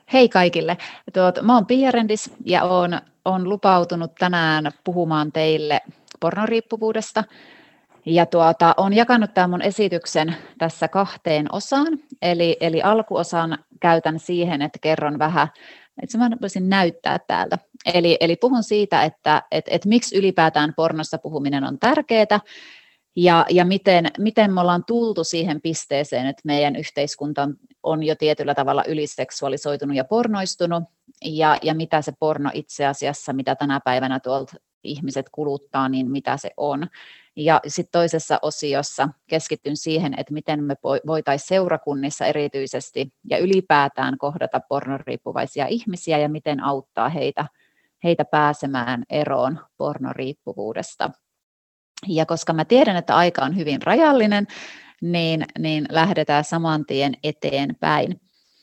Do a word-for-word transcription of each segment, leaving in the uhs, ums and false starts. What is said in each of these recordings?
Hei kaikille. Tuot, mä oon Pia Rendis ja oon, oon lupautunut tänään puhumaan teille pornoriippuvuudesta. Ja tuota, oon jakanut tämän mun esityksen tässä kahteen osaan. Eli, eli alkuosan käytän siihen, että kerron vähän, itse mä voisin näyttää täältä. Eli, eli puhun siitä, että et, et miksi ylipäätään pornosta puhuminen on tärkeää. Ja, ja miten, miten me ollaan tultu siihen pisteeseen, että meidän yhteiskunta on, on jo tietyllä tavalla yliseksuaalisoitunut ja pornoistunut, ja, ja mitä se porno itse asiassa, mitä tänä päivänä tuolta ihmiset kuluttaa, niin mitä se on. Ja sitten toisessa osiossa keskityn siihen, että miten me voitaisiin seurakunnissa erityisesti ja ylipäätään kohdata pornoriippuvaisia ihmisiä ja miten auttaa heitä, heitä pääsemään eroon pornoriippuvuudesta. Ja koska mä tiedän, että aika on hyvin rajallinen, niin, niin lähdetään saman tien eteenpäin.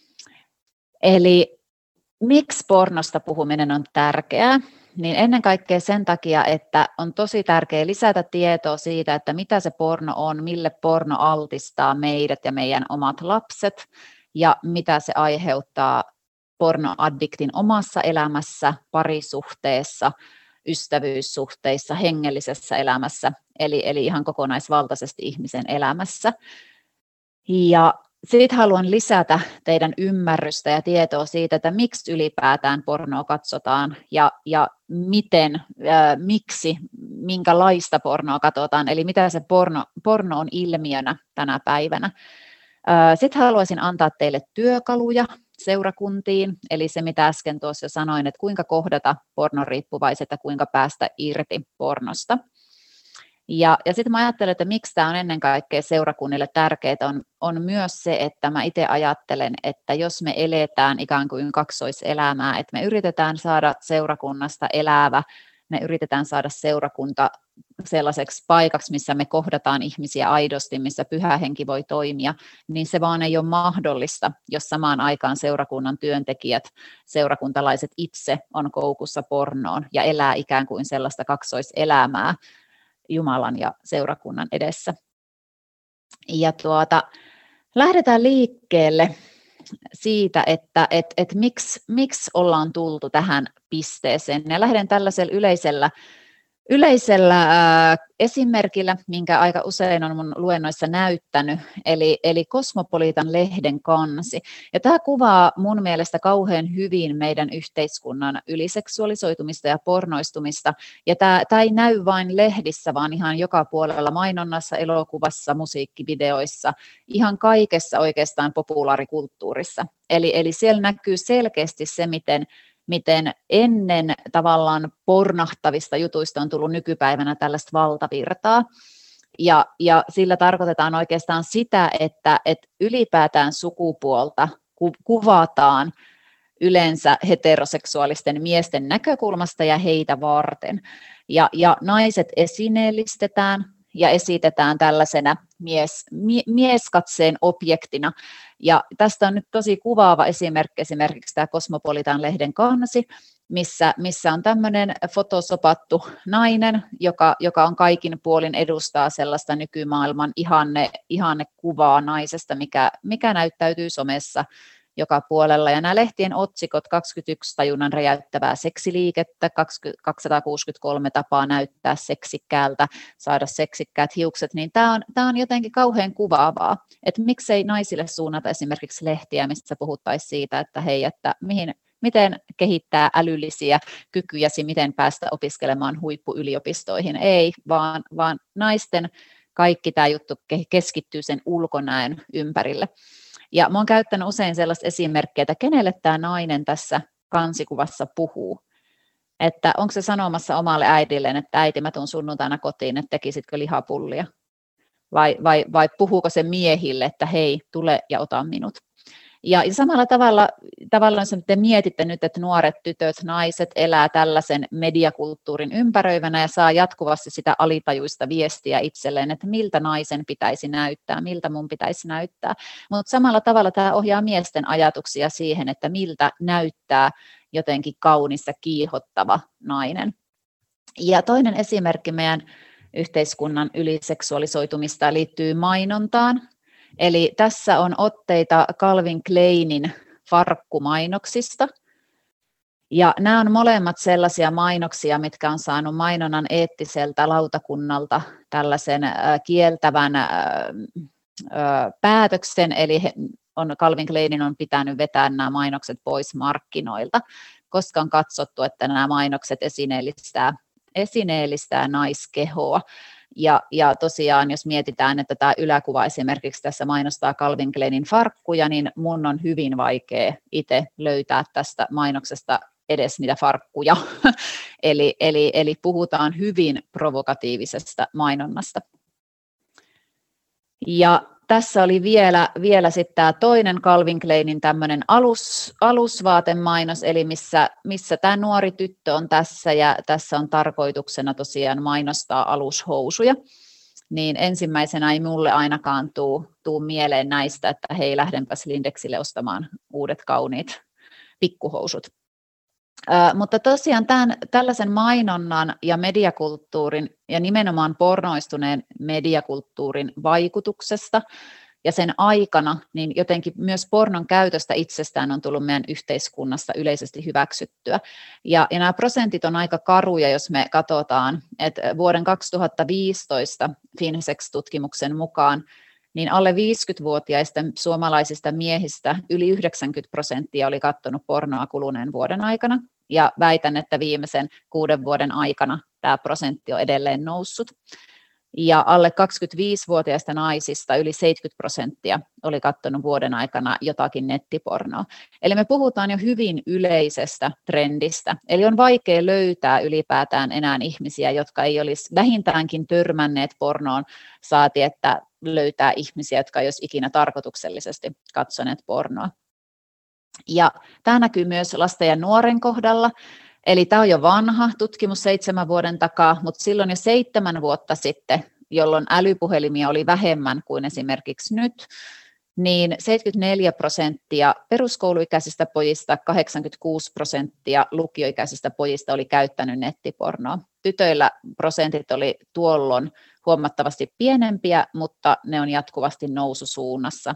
Eli miksi pornosta puhuminen on tärkeää? Niin ennen kaikkea sen takia, että on tosi tärkeää lisätä tietoa siitä, että mitä se porno on, mille porno altistaa meidät ja meidän omat lapset, ja mitä se aiheuttaa pornoaddiktin omassa elämässä, parisuhteessa, ystävyyssuhteissa, hengellisessä elämässä, eli, eli ihan kokonaisvaltaisesti ihmisen elämässä. Ja sitten haluan lisätä teidän ymmärrystä ja tietoa siitä, että miksi ylipäätään pornoa katsotaan ja, ja miten, ää, miksi, minkälaista pornoa katsotaan, eli mitä se porno, porno on ilmiönä tänä päivänä. Sitten haluaisin antaa teille työkaluja seurakuntiin, eli se mitä äsken tuossa jo sanoin, että kuinka kohdata pornoriippuvaiset ja kuinka päästä irti pornosta. Ja, ja sitten mä ajattelen, että miksi tämä on ennen kaikkea seurakunnille tärkeää, on, on myös se, että mä itse ajattelen, että jos me eletään ikään kuin kaksoiselämää, että me yritetään saada seurakunnasta elävä, me yritetään saada seurakunta sellaiseksi paikaksi, missä me kohdataan ihmisiä aidosti, missä pyhä henki voi toimia, niin se vaan ei ole mahdollista, jos samaan aikaan seurakunnan työntekijät, seurakuntalaiset itse on koukussa pornoon ja elää ikään kuin sellaista kaksoiselämää Jumalan ja seurakunnan edessä. Ja tuota, lähdetään liikkeelle siitä, että et, et miksi, miksi ollaan tultu tähän pisteeseen. Ja lähden tällaisella yleisellä, yleisellä ää, esimerkillä, minkä aika usein on mun luennoissa näyttänyt, eli, eli Cosmopolitan-lehden kansi. Ja tämä kuvaa mun mielestä kauhean hyvin meidän yhteiskunnan yliseksuaalisoitumista ja pornoistumista. Ja tämä, tämä ei näy vain lehdissä, vaan ihan joka puolella mainonnassa, elokuvassa, musiikkivideoissa, ihan kaikessa oikeastaan populaarikulttuurissa. Eli, eli siellä näkyy selkeästi se, miten miten ennen tavallaan pornahtavista jutuista on tullut nykypäivänä tällaista valtavirtaa. Ja, ja sillä tarkoitetaan oikeastaan sitä, että, että ylipäätään sukupuolta ku, kuvataan yleensä heteroseksuaalisten miesten näkökulmasta ja heitä varten. Ja, ja naiset esineellistetään ja esitetään tällaisena mies, mie, mieskatseen objektina. Ja tästä on nyt tosi kuvaava esimerkki, esimerkiksi tämä Cosmopolitan-lehden kansi, missä, missä on tämmöinen fotosopattu nainen, joka, joka on kaikin puolin edustaa sellaista nykymaailman ihanne, ihannekuvaa naisesta, mikä, mikä näyttäytyy somessa joka puolella. Ja nämä lehtien otsikot, kaksikymmentäyksi tajunnan räjäyttävää seksiliikettä, kaksisataakuusikymmentäkolme tapaa näyttää seksikkäältä, saada seksikkäät hiukset, niin tämä on, tämä on jotenkin kauhean kuvaavaa, että miksei naisille suunnata esimerkiksi lehtiä, missä puhuttaisiin siitä, että hei, että mihin, miten kehittää älyllisiä kykyjäsi, miten päästä opiskelemaan huippuyliopistoihin, ei, vaan, vaan naisten kaikki tämä juttu keskittyy sen ulkonäön ympärille. Ja mä oon käyttänyt usein sellaista esimerkkiä, että kenelle tämä nainen tässä kansikuvassa puhuu. Että onko se sanomassa omalle äidilleen, että äiti, mä tuun sunnuntaina kotiin, että tekisitkö lihapullia? Vai, vai, vai puhuuko se miehille, että hei, tule ja ota minut? Ja samalla tavalla, tavallaan te mietitte nyt, että nuoret tytöt, naiset elää tällaisen mediakulttuurin ympäröivänä ja saa jatkuvasti sitä alitajuista viestiä itselleen, että miltä naisen pitäisi näyttää, miltä mun pitäisi näyttää. Mutta samalla tavalla tämä ohjaa miesten ajatuksia siihen, että miltä näyttää jotenkin kaunis ja kiihottava nainen. Ja toinen esimerkki meidän yhteiskunnan yliseksuaalisoitumista liittyy mainontaan. Eli tässä on otteita Calvin Kleinin farkkumainoksista. Ja nämä on molemmat sellaisia mainoksia, mitkä on saanut mainonnan eettiseltä lautakunnalta tällaisen kieltävän päätöksen, eli on Calvin Kleinin on pitänyt vetää nämä mainokset pois markkinoilta, koska on katsottu, että nämä mainokset esineellistää, esineellistää naiskehoa. Ja, ja tosiaan, jos mietitään, että tämä yläkuva esimerkiksi tässä mainostaa Calvin Kleinin farkkuja, niin mun on hyvin vaikea itse löytää tästä mainoksesta edes niitä farkkuja. eli, eli, eli puhutaan hyvin provokatiivisesta mainonnasta. Ja tässä oli vielä, vielä sitten tämä toinen Calvin Kleinin tämmöinen alus, alusvaatemainos, eli missä, missä tämä nuori tyttö on tässä, ja tässä on tarkoituksena tosiaan mainostaa alushousuja. Niin ensimmäisenä ei mulle ainakaan tuu, tuu mieleen näistä, että hei, lähdenpäs Lindexille ostamaan uudet kauniit pikkuhousut. Äh, mutta tosiaan tämän, tällaisen mainonnan ja mediakulttuurin ja nimenomaan pornoistuneen mediakulttuurin vaikutuksesta ja sen aikana, niin jotenkin myös pornon käytöstä itsestään on tullut meidän yhteiskunnassa yleisesti hyväksyttyä. Ja, ja nämä prosentit on aika karuja, jos me katsotaan, että vuoden kaksituhattaviisitoista Finsex-tutkimuksen mukaan niin alle viisikymmentävuotiaista suomalaisista miehistä yli yhdeksänkymmentä prosenttia oli katsonut pornoa kuluneen vuoden aikana, ja väitän, että viimeisen kuuden vuoden aikana tämä prosentti on edelleen noussut. Ja alle kaksikymmentäviisivuotiaista naisista yli seitsemänkymmentä prosenttia oli katsonut vuoden aikana jotakin nettipornoa. Eli me puhutaan jo hyvin yleisestä trendistä. Eli on vaikea löytää ylipäätään enää ihmisiä, jotka ei olisi vähintäänkin törmänneet pornoon, saati että löytää ihmisiä, jotka ei olisi ikinä tarkoituksellisesti katsoneet pornoa. Ja tämä näkyy myös lasten ja nuoren kohdalla. Eli tämä on jo vanha tutkimus seitsemän vuoden takaa, mutta silloin jo seitsemän vuotta sitten, jolloin älypuhelimia oli vähemmän kuin esimerkiksi nyt, niin seitsemänkymmentäneljä prosenttia peruskouluikäisistä pojista, kahdeksankymmentäkuusi prosenttia lukioikäisistä pojista oli käyttänyt nettipornoa. Tytöillä prosentit oli tuolloin huomattavasti pienempiä, mutta ne on jatkuvasti noususuunnassa.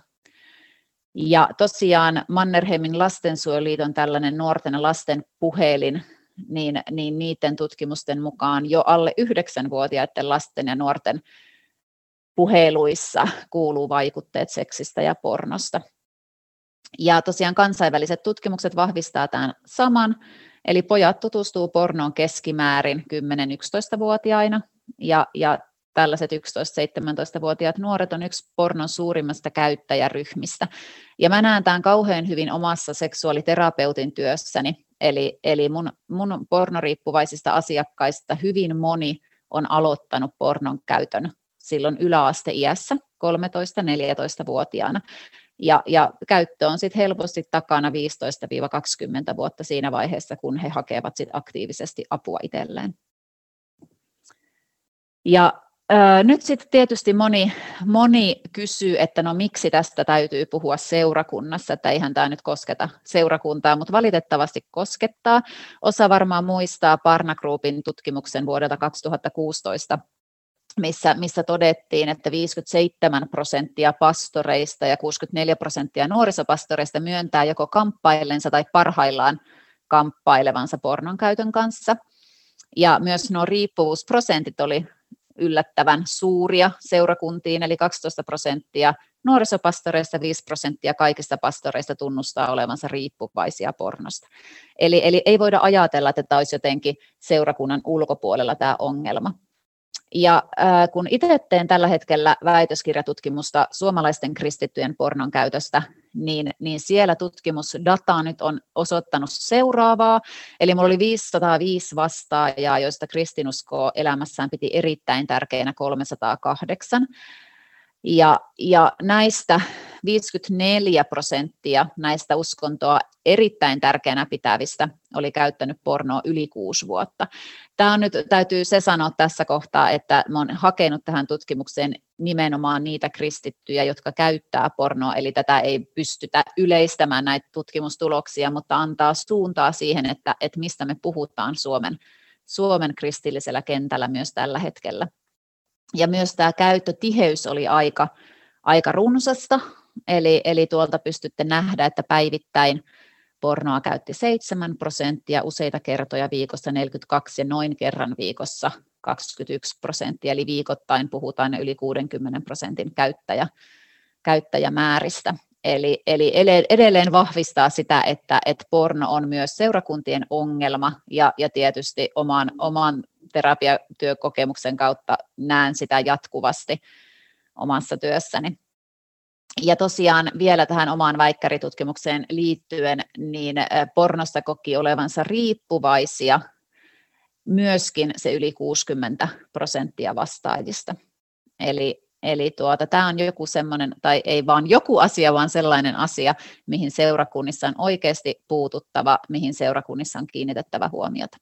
Ja tosiaan Mannerheimin lastensuojeluliiton tällainen nuorten ja lasten puhelin, niin, niin niiden tutkimusten mukaan jo alle yhdeksänvuotiaiden lasten ja nuorten puheluissa kuuluu vaikutteet seksistä ja pornosta. Ja tosiaan kansainväliset tutkimukset vahvistaa tämän saman, eli pojat tutustuu pornoon keskimäärin kymmenen-yksitoistavuotiaina, ja, ja tällaiset yksitoista-seitsemäntoistavuotiaat nuoret on yksi pornon suurimmasta käyttäjäryhmistä. Ja mä näen tämän kauhean hyvin omassa seksuaaliterapeutin työssäni, eli, eli mun, mun pornoriippuvaisista asiakkaista hyvin moni on aloittanut pornon käytön silloin yläasteiässä kolmetoista-neljätoistavuotiaana. Ja, ja käyttö on sitten helposti takana viisitoista–kaksikymmentä vuotta siinä vaiheessa, kun he hakevat sit aktiivisesti apua itselleen. Ja ää, nyt sitten tietysti moni, moni kysyy, että no miksi tästä täytyy puhua seurakunnassa, että eihän tämä nyt kosketa seurakuntaa, mutta valitettavasti koskettaa. Osa varmaan muistaa Barna Groupin tutkimuksen vuodelta kaksituhattakuusitoista, missä, missä todettiin, että viisikymmentäseitsemän prosenttia pastoreista ja kuusikymmentäneljä prosenttia nuorisopastoreista myöntää joko kamppaillensa tai parhaillaan kamppailevansa pornon käytön kanssa. Ja myös nuo riippuvuusprosentit oli yllättävän suuria seurakuntiin, eli kaksitoista prosenttia nuorisopastoreista, viisi prosenttia kaikista pastoreista tunnustaa olevansa riippuvaisia pornosta. Eli, eli ei voida ajatella, että tämä olisi jotenkin seurakunnan ulkopuolella tämä ongelma. Ja äh, kun itse teen tällä hetkellä väitöskirjatutkimusta suomalaisten kristittyjen pornon käytöstä, niin, niin siellä tutkimusdata nyt on osoittanut seuraavaa. Eli minulla oli viisisataaviisi vastaajaa, joista kristinuskoa elämässään piti erittäin tärkeänä kolmesataakahdeksan. Ja, ja näistä viisikymmentäneljä prosenttia näistä uskontoa erittäin tärkeänä pitävistä oli käyttänyt pornoa yli kuusi vuotta. Tämä on nyt, täytyy se sanoa tässä kohtaa, että olen hakenut tähän tutkimukseen nimenomaan niitä kristittyjä, jotka käyttää pornoa, eli tätä ei pystytä yleistämään näitä tutkimustuloksia, mutta antaa suuntaa siihen, että, että mistä me puhutaan Suomen, Suomen kristillisellä kentällä myös tällä hetkellä. Ja myös tämä käyttötiheys oli aika, aika runsasta, eli, eli tuolta pystytte nähdä, että päivittäin pornoa käytti seitsemän prosenttia, useita kertoja viikossa neljäkymmentäkaksi ja noin kerran viikossa kaksikymmentäyksi prosenttia, eli viikoittain puhutaan yli kuudenkymmenen prosentin käyttäjä, käyttäjämääristä. Eli, eli edelleen vahvistaa sitä, että, että porno on myös seurakuntien ongelma, ja, ja tietysti oman, oman terapiatyökokemuksen kautta näen sitä jatkuvasti omassa työssäni. Ja tosiaan vielä tähän omaan väikkäritutkimukseen liittyen, niin pornosta koki olevansa riippuvaisia myöskin se yli kuusikymmentä prosenttia vastaajista. Eli, eli tuota, tämä on joku semmoinen, tai ei vaan joku asia, vaan sellainen asia, mihin seurakunnissa on oikeasti puututtava, mihin seurakunnissa on kiinnitettävä huomiota.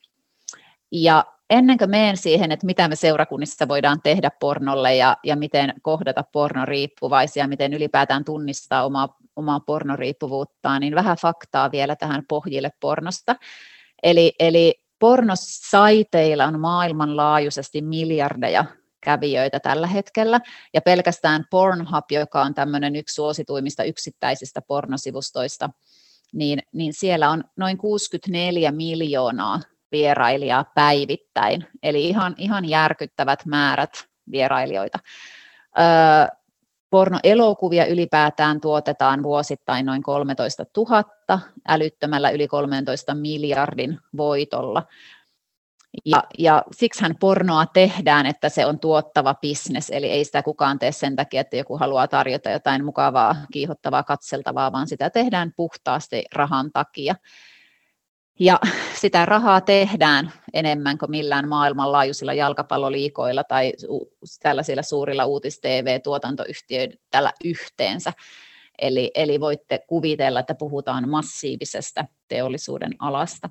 Ja ennen kuin menen siihen, että mitä me seurakunnissa voidaan tehdä pornolle ja, ja miten kohdata pornoriippuvaisia, miten ylipäätään tunnistaa omaa, omaa pornoriippuvuuttaan, niin vähän faktaa vielä tähän pohjille pornosta. Eli, eli pornosaiteilla on maailmanlaajuisesti miljardeja kävijöitä tällä hetkellä, ja pelkästään Pornhub, joka on tämmöinen yksi suosituimmista yksittäisistä pornosivustoista, niin, niin siellä on noin kuusikymmentäneljä miljoonaa vierailijaa päivittäin, eli ihan, ihan järkyttävät määrät vierailijoita. Öö, pornoelokuvia ylipäätään tuotetaan vuosittain noin kolmetoista tuhatta, älyttömällä yli kolmentoista miljardin voitolla. Ja, ja siksihän pornoa tehdään, että se on tuottava bisnes, eli ei sitä kukaan tee sen takia, että joku haluaa tarjota jotain mukavaa, kiihottavaa, katseltavaa, vaan sitä tehdään puhtaasti rahan takia. Ja sitä rahaa tehdään enemmän kuin millään maailmanlaajuisilla jalkapalloliigoilla tai tällaisilla suurilla uutis-T V-tuotantoyhtiöillä yhteensä. Eli, eli voitte kuvitella, että puhutaan massiivisesta teollisuuden alasta.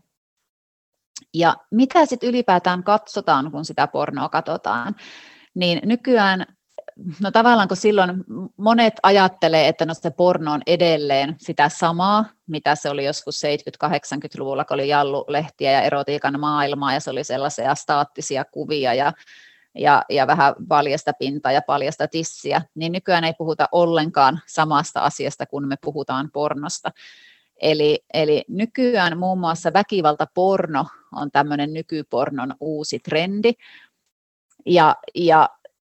Ja mitä sitten ylipäätään katsotaan, kun sitä pornoa katsotaan, niin nykyään, no tavallaan kun silloin monet ajattelee, että no se porno on edelleen sitä samaa, mitä se oli joskus seitsemänkymmentä-kahdeksankymmentäluvulla, kun oli jallulehtiä ja erotiikan maailmaa, ja se oli sellaisia staattisia kuvia ja, ja, ja vähän paljasta pintaa ja paljasta tissiä, niin nykyään ei puhuta ollenkaan samasta asiasta, kun me puhutaan pornosta. Eli, eli nykyään muun muassa väkivaltaporno on tämmöinen nykypornon uusi trendi, ja, ja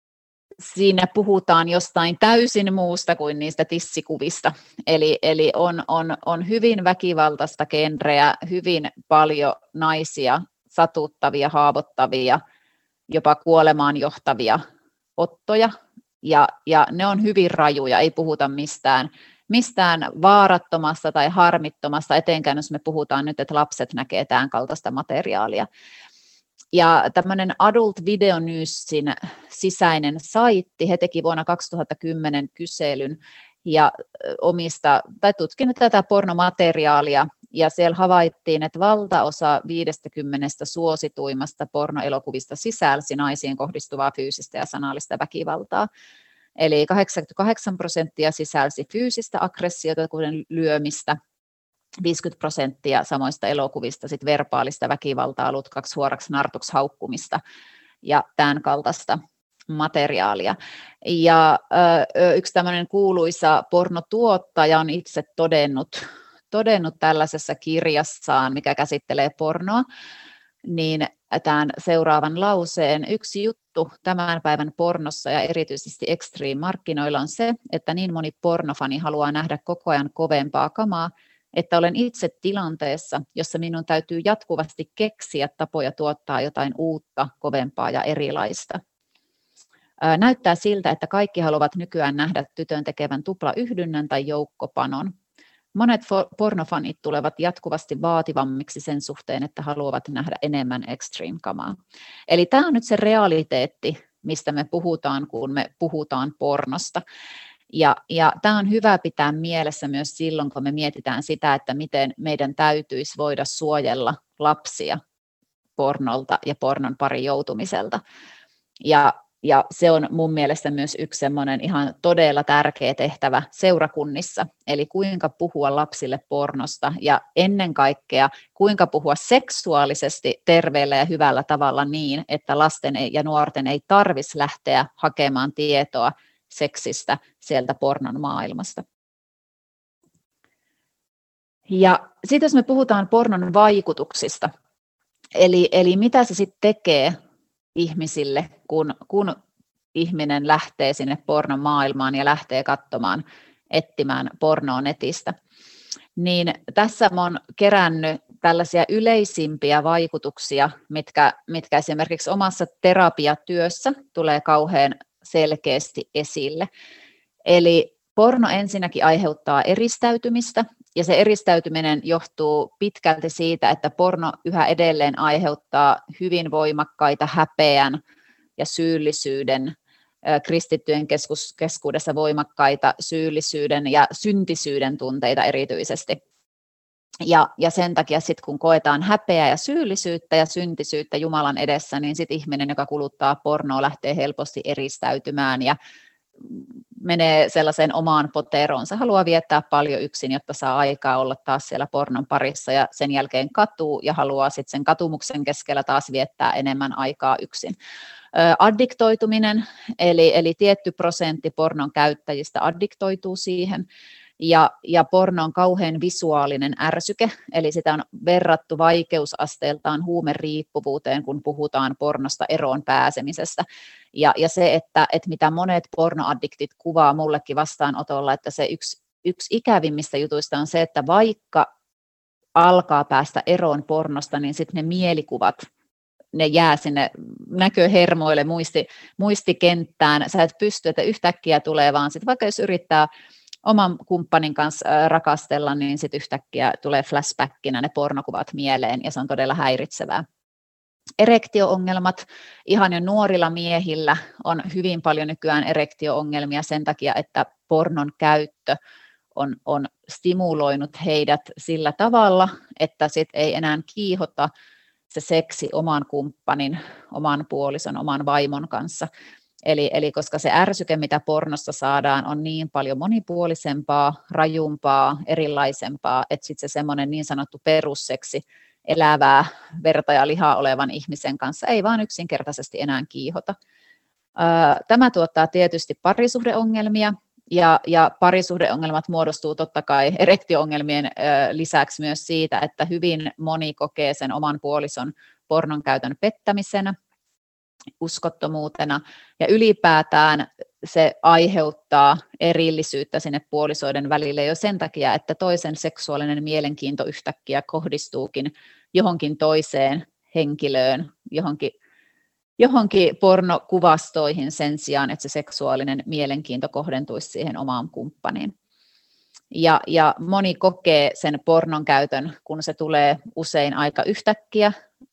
siinä puhutaan jostain täysin muusta kuin niistä tissikuvista, eli, eli on, on, on hyvin väkivaltaista genreä, hyvin paljon naisia, satuttavia, haavoittavia, jopa kuolemaan johtavia ottoja, ja, ja ne on hyvin rajuja, ei puhuta mistään, mistään vaarattomasta tai harmittomasta, etenkään jos me puhutaan nyt, että lapset näkee tämän kaltaista materiaalia. Ja tämmöinen Adult Video Newsin sisäinen saitti, he teki vuonna kaksituhattakymmenen kyselyn ja omista, tai tutkinut tätä pornomateriaalia, ja siellä havaittiin, että valtaosa viidestäkymmenestä suosituimmasta pornoelokuvista sisälsi naisiin kohdistuvaa fyysistä ja sanallista väkivaltaa. Eli kahdeksankymmentäkahdeksan prosenttia sisälsi fyysistä aggressiota, kuten lyömistä, viisikymmentä prosenttia samoista elokuvista sit verbaalista väkivaltaa, lutkaksi, huoraksi, nartuksi, haukkumista ja tämän kaltaista materiaalia. Ja ö, yksi tämmöinen kuuluisa pornotuottaja on itse todennut, todennut tällaisessa kirjassaan, mikä käsittelee pornoa, niin tämän seuraavan lauseen: yksi juttu tämän päivän pornossa ja erityisesti extreme-markkinoilla on se, että niin moni pornofani haluaa nähdä koko ajan kovempaa kamaa, että olen itse tilanteessa, jossa minun täytyy jatkuvasti keksiä tapoja tuottaa jotain uutta, kovempaa ja erilaista. Näyttää siltä, että kaikki haluavat nykyään nähdä tytön tekevän tuplayhdynnän tai joukkopanon. Monet pornofanit tulevat jatkuvasti vaativammiksi sen suhteen, että haluavat nähdä enemmän extreme-kamaa. Eli tämä on nyt se realiteetti, mistä me puhutaan, kun me puhutaan pornosta. Ja, ja tämä on hyvä pitää mielessä myös silloin, kun me mietitään sitä, että miten meidän täytyisi voida suojella lapsia pornolta ja pornon pari joutumiselta. Ja, ja se on mun mielestä myös yksi semmoinen ihan todella tärkeä tehtävä seurakunnissa, eli kuinka puhua lapsille pornosta ja ennen kaikkea kuinka puhua seksuaalisesti terveellä ja hyvällä tavalla niin, että lasten ja nuorten ei tarvitsisi lähteä hakemaan tietoa seksistä sieltä pornon maailmasta. Ja sitten jos me puhutaan pornon vaikutuksista, eli, eli mitä se sitten tekee ihmisille, kun, kun ihminen lähtee sinne pornon maailmaan ja lähtee katsomaan, etsimään pornoa netistä, niin tässä mä oon kerännyt tällaisia yleisimpiä vaikutuksia, mitkä, mitkä esimerkiksi omassa terapiatyössä tulee kauhean selkeästi esille. Eli porno ensinnäkin aiheuttaa eristäytymistä, ja se eristäytyminen johtuu pitkälti siitä, että porno yhä edelleen aiheuttaa hyvin voimakkaita häpeän ja syyllisyyden, kristittyjen keskus, keskuudessa voimakkaita syyllisyyden ja syntisyyden tunteita erityisesti. Ja, ja sen takia sitten kun koetaan häpeää ja syyllisyyttä ja syntisyyttä Jumalan edessä, niin sitten ihminen, joka kuluttaa pornoa, lähtee helposti eristäytymään ja menee sellaiseen omaan poteroonsa, haluaa viettää paljon yksin, jotta saa aikaa olla taas siellä pornon parissa ja sen jälkeen katuu ja haluaa sitten sen katumuksen keskellä taas viettää enemmän aikaa yksin. Addiktoituminen, eli, eli tietty prosentti pornon käyttäjistä addiktoituu siihen, ja, ja porno on kauhean visuaalinen ärsyke, eli sitä on verrattu vaikeusasteeltaan huumeriippuvuuteen, kun puhutaan pornosta eroon pääsemisestä. Ja, ja se, että, että mitä monet pornoaddiktit kuvaa mullekin vastaanotolla, että se yksi, yksi ikävimmistä jutuista on se, että vaikka alkaa päästä eroon pornosta, niin sitten ne mielikuvat, ne jää sinne näköhermoille, muisti, muistikenttään. Sä et pysty, että yhtäkkiä tulee vaan sit, vaikka jos yrittää oman kumppanin kanssa rakastella, niin sitten yhtäkkiä tulee flashbackinä ne pornokuvat mieleen, ja se on todella häiritsevää. Erektio-ongelmat, ihan jo nuorilla miehillä on hyvin paljon nykyään erektio-ongelmia sen takia, että pornon käyttö on, on stimuloinut heidät sillä tavalla, että sit ei enää kiihota se seksi oman kumppanin, oman puolison, oman vaimon kanssa. Eli, eli koska se ärsyke, mitä pornossa saadaan, on niin paljon monipuolisempaa, rajumpaa, erilaisempaa, että sitten se semmoinen niin sanottu perusseksi elävää verta ja lihaa olevan ihmisen kanssa ei vaan yksinkertaisesti enää kiihota. Tämä tuottaa tietysti parisuhdeongelmia, ja, ja parisuhdeongelmat muodostuu totta kai erektio-ongelmien lisäksi myös siitä, että hyvin moni kokee sen oman puolison pornon käytön pettämisenä, uskottomuutena, ja ylipäätään se aiheuttaa erillisyyttä sinne puolisoiden välille jo sen takia, että toisen seksuaalinen mielenkiinto yhtäkkiä kohdistuukin johonkin toiseen henkilöön, johonkin, johonkin pornokuvastoihin sen sijaan, että se seksuaalinen mielenkiinto kohdentuisi siihen omaan kumppaniin. Ja, ja moni kokee sen pornon käytön, kun se tulee usein aika yhtäkkiä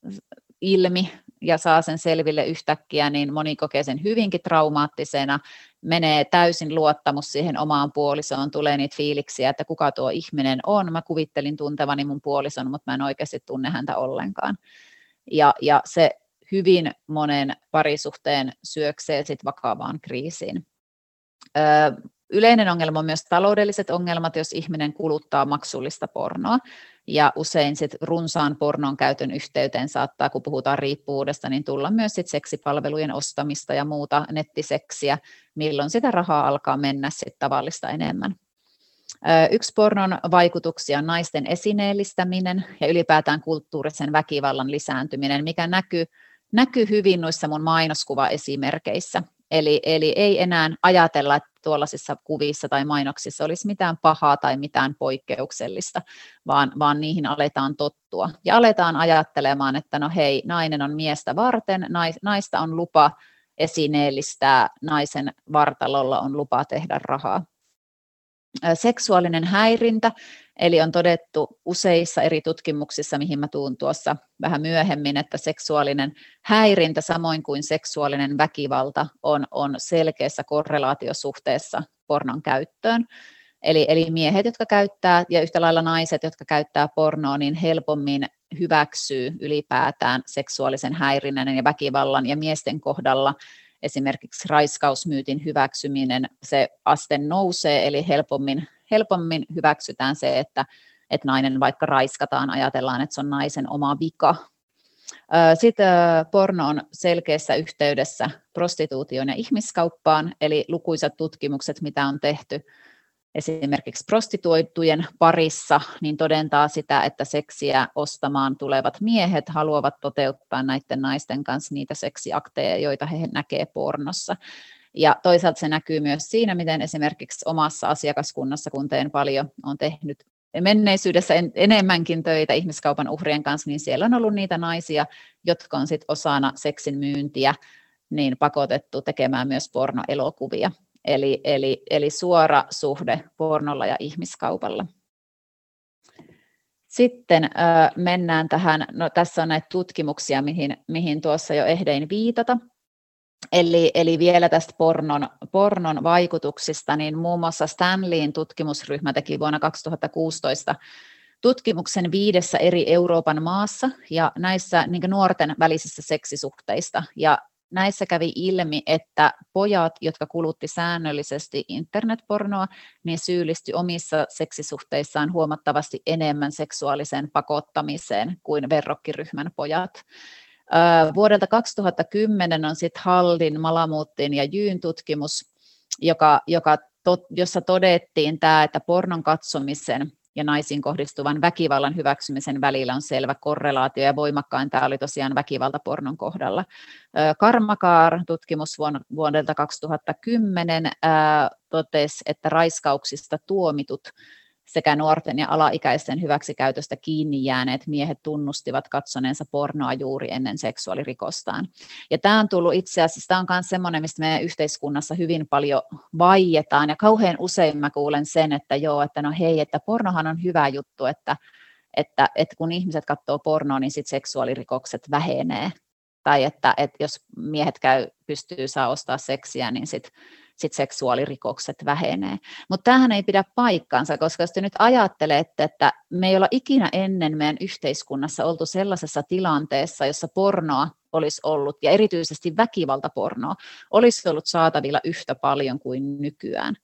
ilmi, ja saa sen selville yhtäkkiä, niin moni kokee sen hyvinkin traumaattisena, menee täysin luottamus siihen omaan puolisoon, tulee niitä fiiliksiä, että kuka tuo ihminen on, mä kuvittelin tuntevani mun puolison, mutta mä en oikeasti tunne häntä ollenkaan. Ja, ja se hyvin monen parisuhteen syöksee sit vakavaan kriisiin. Öö, Yleinen ongelma on myös taloudelliset ongelmat, jos ihminen kuluttaa maksullista pornoa, ja usein sit runsaan pornon käytön yhteyteen saattaa, kun puhutaan riippuvuudesta, niin tulla myös sit seksipalvelujen ostamista ja muuta nettiseksiä, milloin sitä rahaa alkaa mennä sit tavallista enemmän. Yksi pornon vaikutuksia on naisten esineellistäminen ja ylipäätään kulttuurisen väkivallan lisääntyminen, mikä näkyy, näkyy hyvin noissa mun mainoskuvaesimerkeissä. Eli, eli ei enää ajatella, että tuollaisissa kuvissa tai mainoksissa olisi mitään pahaa tai mitään poikkeuksellista, vaan, vaan niihin aletaan tottua. Ja aletaan ajattelemaan, että no hei, nainen on miestä varten, nais, naista on lupa esineellistää, naisen vartalolla on lupa tehdä rahaa. Seksuaalinen häirintä, eli on todettu useissa eri tutkimuksissa, mihin mä tuun tuossa vähän myöhemmin, että seksuaalinen häirintä samoin kuin seksuaalinen väkivalta on, on selkeässä korrelaatiosuhteessa pornon käyttöön. Eli, eli miehet, jotka käyttää, ja yhtä lailla naiset, jotka käyttää pornoa, niin helpommin hyväksyy ylipäätään seksuaalisen häirinnän ja väkivallan, ja miesten kohdalla esimerkiksi raiskausmyytin hyväksyminen, se aste nousee, eli helpommin, helpommin hyväksytään se, että, että nainen vaikka raiskataan, ajatellaan, että se on naisen oma vika. Sitten porno on selkeässä yhteydessä prostituutioon ja ihmiskauppaan, eli lukuisat tutkimukset, mitä on tehty esimerkiksi prostituoitujen parissa, niin todentaa sitä, että seksiä ostamaan tulevat miehet haluavat toteuttaa näiden naisten kanssa niitä seksiakteja, joita he näkevät pornossa. Ja toisaalta se näkyy myös siinä, miten esimerkiksi omassa asiakaskunnassa, kun teen paljon, olen tehnyt menneisyydessä enemmänkin töitä ihmiskaupan uhrien kanssa, niin siellä on ollut niitä naisia, jotka on sit osana seksin myyntiä niin pakotettu tekemään myös pornoelokuvia. Eli, eli, eli suora suhde pornolla ja ihmiskaupalla. Sitten äh, mennään tähän, no tässä on näitä tutkimuksia, mihin, mihin tuossa jo ehdein viitata. Eli, eli vielä tästä pornon, pornon vaikutuksista, niin muun muassa Stanleyin tutkimusryhmä teki vuonna kaksituhattakuusitoista tutkimuksen viidessä eri Euroopan maassa ja näissä niin kuin nuorten välisissä seksisuhteista. Ja näissä kävi ilmi, että pojat, jotka kulutti säännöllisesti internetpornoa, niin syyllistyi omissa seksisuhteissaan huomattavasti enemmän seksuaaliseen pakottamiseen kuin verrokkiryhmän pojat. Vuodelta kaksituhattakymmenen on sitten Haldin, Malamutin ja Jyn tutkimus, joka, joka to, jossa todettiin tämä, että pornon katsomisen ja naisiin kohdistuvan väkivallan hyväksymisen välillä on selvä korrelaatio, ja voimakkain tämä oli tosiaan väkivaltapornon kohdalla. Karmakaar-tutkimus vuodelta kaksituhattakymmenen totesi, että raiskauksista tuomitut sekä nuorten ja alaikäisten hyväksikäytöstä kiinni jääneet miehet tunnustivat katsoneensa pornoa juuri ennen seksuaalirikostaan. Ja tämä on tullut itse asiassa, tämä on myös semmoinen, mistä meidän yhteiskunnassa hyvin paljon vaietaan, ja kauhean usein mä kuulen sen, että joo, että no hei, että pornohan on hyvä juttu, että, että, että kun ihmiset katsoo pornoa, niin sitten seksuaalirikokset vähenee. Tai että, että jos miehet käy, pystyy saa ostaa seksiä, niin sitten sit seksuaalirikokset vähenee. Mutta tämähän ei pidä paikkaansa, koska jos te nyt ajattelette, että me ei olla ikinä ennen meidän yhteiskunnassa oltu sellaisessa tilanteessa, jossa pornoa olisi ollut, ja erityisesti väkivaltapornoa, olisi ollut saatavilla yhtä paljon kuin nykyään.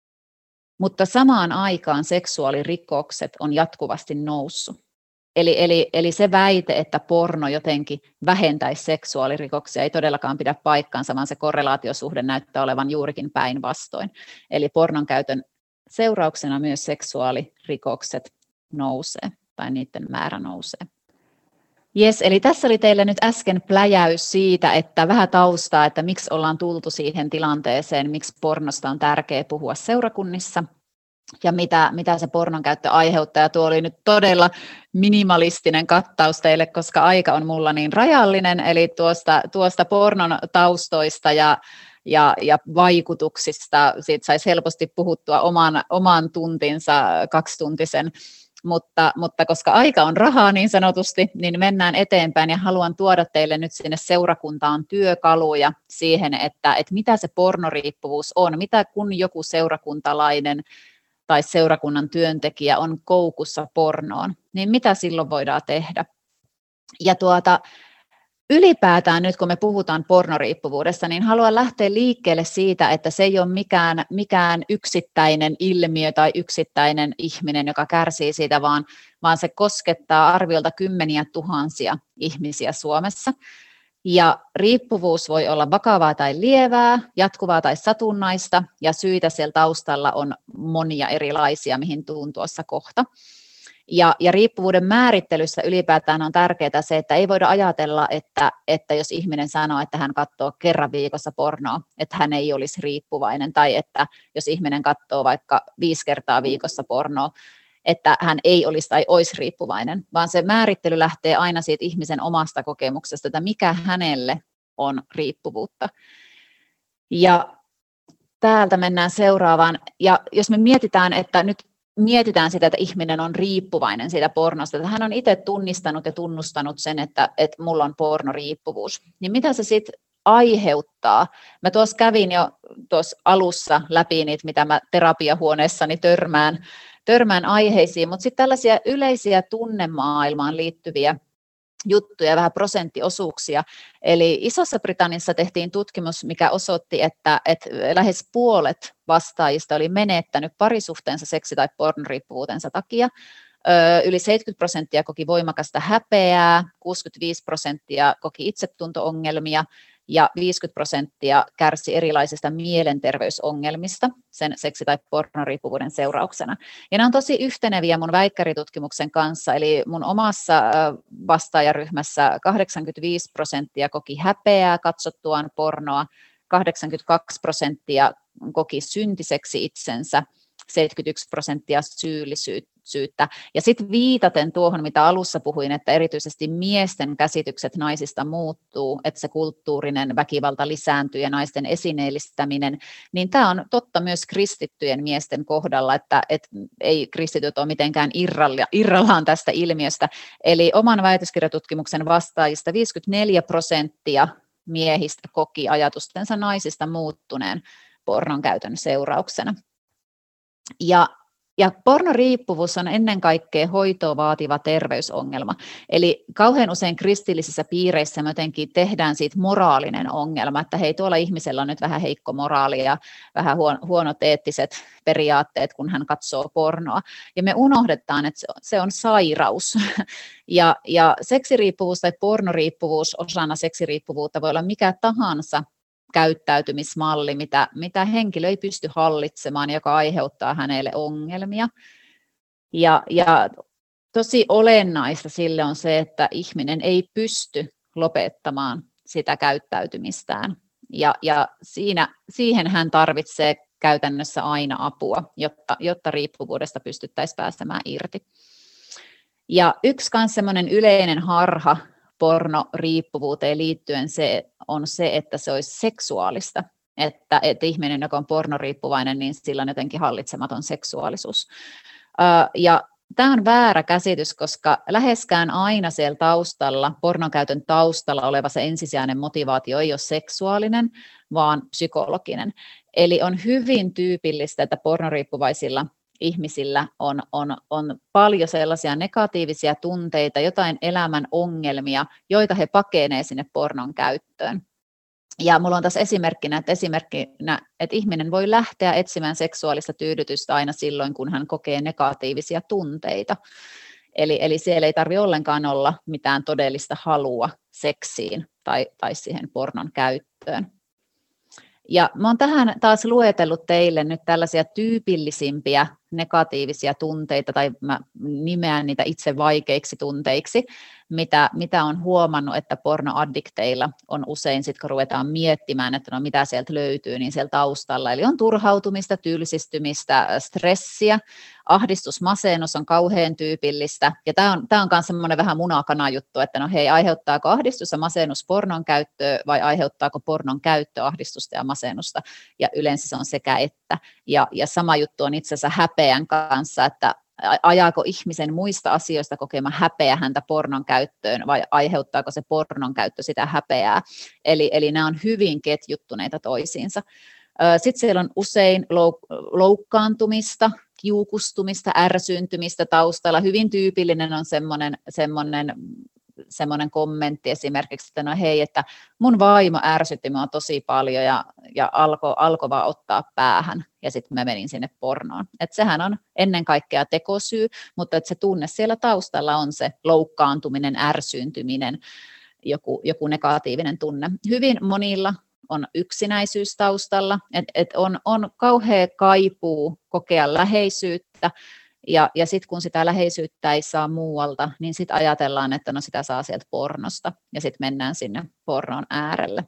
Mutta samaan aikaan seksuaalirikokset on jatkuvasti noussut. Eli, eli, eli se väite, että porno jotenkin vähentäisi seksuaalirikoksia, ei todellakaan pidä paikkaansa, vaan se korrelaatiosuhde näyttää olevan juurikin päinvastoin. Eli pornon käytön seurauksena myös seksuaalirikokset nousee, tai niiden määrä nousee. Jes, eli tässä oli teille nyt äsken pläjäys siitä, että vähän taustaa, että miksi ollaan tultu siihen tilanteeseen, miksi pornosta on tärkeää puhua seurakunnissa, ja mitä, mitä se pornon käyttö aiheuttaa. Ja tuo oli nyt todella minimalistinen kattaus teille, koska aika on mulla niin rajallinen, eli tuosta, tuosta pornon taustoista ja, ja, ja vaikutuksista, siitä saisi helposti puhuttua oman, oman tuntinsa, kaksituntisen, mutta, mutta koska aika on rahaa niin sanotusti, niin mennään eteenpäin, ja haluan tuoda teille nyt sinne seurakuntaan työkaluja siihen, että, että mitä se pornoriippuvuus on, mitä kun joku seurakuntalainen tai seurakunnan työntekijä on koukussa pornoon, niin mitä silloin voidaan tehdä? Ja tuota, ylipäätään nyt kun me puhutaan pornoriippuvuudesta, niin haluan lähteä liikkeelle siitä, että se ei ole mikään, mikään yksittäinen ilmiö tai yksittäinen ihminen, joka kärsii siitä, vaan, vaan se koskettaa arviolta kymmeniä tuhansia ihmisiä Suomessa. Ja riippuvuus voi olla vakavaa tai lievää, jatkuvaa tai satunnaista, ja syitä siellä taustalla on monia erilaisia, mihin tuun tuossa kohta. Ja, ja riippuvuuden määrittelyssä ylipäätään on tärkeää se, että ei voida ajatella, että, että jos ihminen sanoo, että hän katsoo kerran viikossa pornoa, että hän ei olisi riippuvainen, tai että jos ihminen katsoo vaikka viisi kertaa viikossa pornoa, että hän ei olisi tai olisi riippuvainen, vaan se määrittely lähtee aina siitä ihmisen omasta kokemuksesta, että mikä hänelle on riippuvuutta. Ja täältä mennään seuraavaan, ja jos me mietitään, että nyt mietitään sitä, että ihminen on riippuvainen siitä pornosta, että hän on itse tunnistanut ja tunnustanut sen, että, että mulla on pornoriippuvuus, niin mitä se sitten aiheuttaa? Mä tuossa kävin jo tuossa alussa läpi niitä, mitä mä terapiahuoneessani törmään, törmään aiheisiin, mutta sitten tällaisia yleisiä tunnemaailmaan liittyviä juttuja, vähän prosenttiosuuksia. Eli Isossa Britanniassa tehtiin tutkimus, mikä osoitti, että, että lähes puolet vastaajista oli menettänyt parisuhteensa seksi- tai pornoriippuvuutensa takia. Yli seitsemänkymmentä prosenttia koki voimakasta häpeää, kuusikymmentäviisi prosenttia koki itsetunto-ongelmia ja viisikymmentä prosenttia kärsi erilaisista mielenterveysongelmista sen seksi- tai pornoriippuvuuden seurauksena. Ja nämä on tosi yhteneviä mun väikkäritutkimuksen kanssa, eli mun omassa vastaajaryhmässä kahdeksankymmentäviisi prosenttia koki häpeää katsottuaan pornoa, kahdeksankymmentäkaksi prosenttia koki syntiseksi itsensä, seitsemänkymmentäyksi prosenttia syyllisyyttä. Ja sitten viitaten tuohon, mitä alussa puhuin, että erityisesti miesten käsitykset naisista muuttuu, että se kulttuurinen väkivalta lisääntyy ja naisten esineellistäminen, niin tämä on totta myös kristittyjen miesten kohdalla, että et ei kristityt ole mitenkään irrallaan tästä ilmiöstä. Eli oman väitöskirjatutkimuksen vastaajista viisikymmentäneljä prosenttia miehistä koki ajatustensa naisista muuttuneen pornon käytön seurauksena. Ja Ja pornoriippuvuus on ennen kaikkea hoitoa vaativa terveysongelma. Eli kauhean usein kristillisissä piireissä me jotenkin tehdään siitä moraalinen ongelma, että hei, tuolla ihmisellä on nyt vähän heikko moraali ja vähän huonot eettiset periaatteet, kun hän katsoo pornoa. Ja me unohdetaan, että se on sairaus. Ja, ja seksiriippuvuus tai pornoriippuvuus osana seksiriippuvuutta voi olla mikä tahansa käyttäytymismalli, mitä, mitä henkilö ei pysty hallitsemaan, joka aiheuttaa hänelle ongelmia. Ja, ja tosi olennaista sille on se, että ihminen ei pysty lopettamaan sitä käyttäytymistään. Ja, ja siinä, siihen hän tarvitsee käytännössä aina apua, jotta, jotta riippuvuudesta pystyttäisiin pääsemään irti. Ja yksi myös semmoinen yleinen harha pornoriippuvuuteen liittyen se on se, että se olisi seksuaalista, että, että ihminen, joka on pornoriippuvainen, niin sillä on jotenkin hallitsematon seksuaalisuus. Ja tämä on väärä käsitys, koska läheskään aina siellä taustalla, pornonkäytön taustalla oleva se ensisijainen motivaatio ei ole seksuaalinen, vaan psykologinen. Eli on hyvin tyypillistä, että pornoriippuvaisilla ihmisillä on, on, on paljon sellaisia negatiivisia tunteita, jotain elämän ongelmia, joita he pakenee sinne pornon käyttöön. Ja mulla on tässä esimerkkinä, että, esimerkkinä, että ihminen voi lähteä etsimään seksuaalista tyydytystä aina silloin, kun hän kokee negatiivisia tunteita. Eli, eli siellä ei tarvitse ollenkaan olla mitään todellista halua seksiin tai, tai siihen pornon käyttöön. Ja mä oon tähän taas luetellut teille nyt tällaisia tyypillisimpiä negatiivisia tunteita, tai mä nimeän niitä itse vaikeiksi tunteiksi, mitä, mitä on huomannut, että pornoaddikteilla on usein, sit kun ruvetaan miettimään, että no mitä sieltä löytyy, niin siellä taustalla. Eli on turhautumista, tylsistymistä, stressiä, ahdistus, masennus on kauhean tyypillistä. Ja tämä on, tää on myös semmoinen vähän munakana juttu, että no hei, aiheuttaako ahdistus ja masennus pornon käyttöä vai aiheuttaako pornon käyttö ahdistusta ja masennusta? Ja yleensä se on sekä että. Ja, ja sama juttu on itse asiassa häpeän kanssa, että ajaako ihmisen muista asioista kokema häpeä häntä pornon käyttöön vai aiheuttaako se pornon käyttö sitä häpeää. Eli, eli nämä on hyvin ketjuttuneita toisiinsa. Sitten siellä on usein loukkaantumista, kiukustumista, ärsyntymistä taustalla. Hyvin tyypillinen on semmoinen, semmoinen, semmoinen kommentti esimerkiksi, että no hei, että mun vaimo ärsytti minua tosi paljon ja, ja alkoi alko vaan ottaa päähän ja sitten mä menin sinne pornoon. Et sehän on ennen kaikkea tekosyy, mutta et se tunne siellä taustalla on se loukkaantuminen, ärsyntyminen, joku, joku negatiivinen tunne. Hyvin monilla on yksinäisyys taustalla, että et on, on kauhea kaipuu kokea läheisyyttä, ja, ja sitten kun sitä läheisyyttä ei saa muualta, niin sitten ajatellaan, että no sitä saa sieltä pornosta, ja sitten mennään sinne pornon äärelle.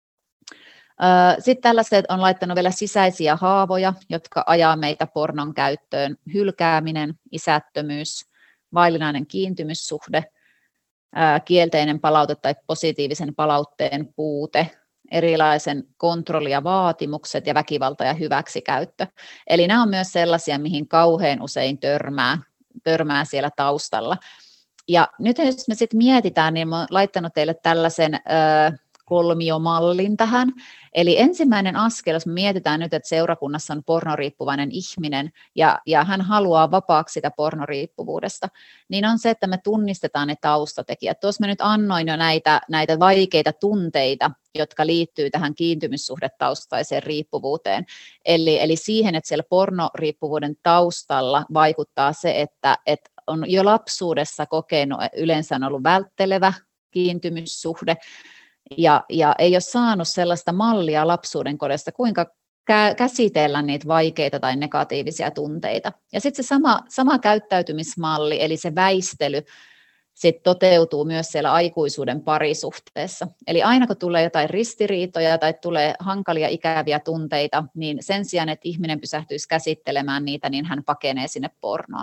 Sitten tällaiset on laittanut vielä sisäisiä haavoja, jotka ajaa meitä pornon käyttöön. Hylkääminen, isättömyys, vaillinainen kiintymyssuhde, kielteinen palaute tai positiivisen palautteen puute, erilaisen kontrolli ja vaatimukset ja väkivalta ja hyväksikäyttö. Eli nämä on myös sellaisia, mihin kauhean usein törmää, törmää siellä taustalla. Ja nyt jos me sitten mietitään, niin olen laittanut teille tällaisen ö, kolmiomallin tähän. Eli ensimmäinen askel, jos me mietitään nyt, että seurakunnassa on pornoriippuvainen ihminen ja, ja hän haluaa vapaaksi sitä pornoriippuvuudesta, niin on se, että me tunnistetaan ne taustatekijät. Tuossa mä nyt annoin jo näitä, näitä vaikeita tunteita, jotka liittyy tähän kiintymyssuhdetaustaiseen riippuvuuteen. Eli, eli siihen, että siellä pornoriippuvuuden taustalla vaikuttaa se, että, että on jo lapsuudessa kokenut, yleensä on ollut välttelevä kiintymyssuhde, ja, ja ei ole saanut sellaista mallia lapsuuden kodista, kuinka käsitellä niitä vaikeita tai negatiivisia tunteita. Ja sitten se sama, sama käyttäytymismalli, eli se väistely, sit toteutuu myös siellä aikuisuuden parisuhteessa. Eli aina kun tulee jotain ristiriitoja tai tulee hankalia ikäviä tunteita, niin sen sijaan, että ihminen pysähtyisi käsittelemään niitä, niin hän pakenee sinne pornoon.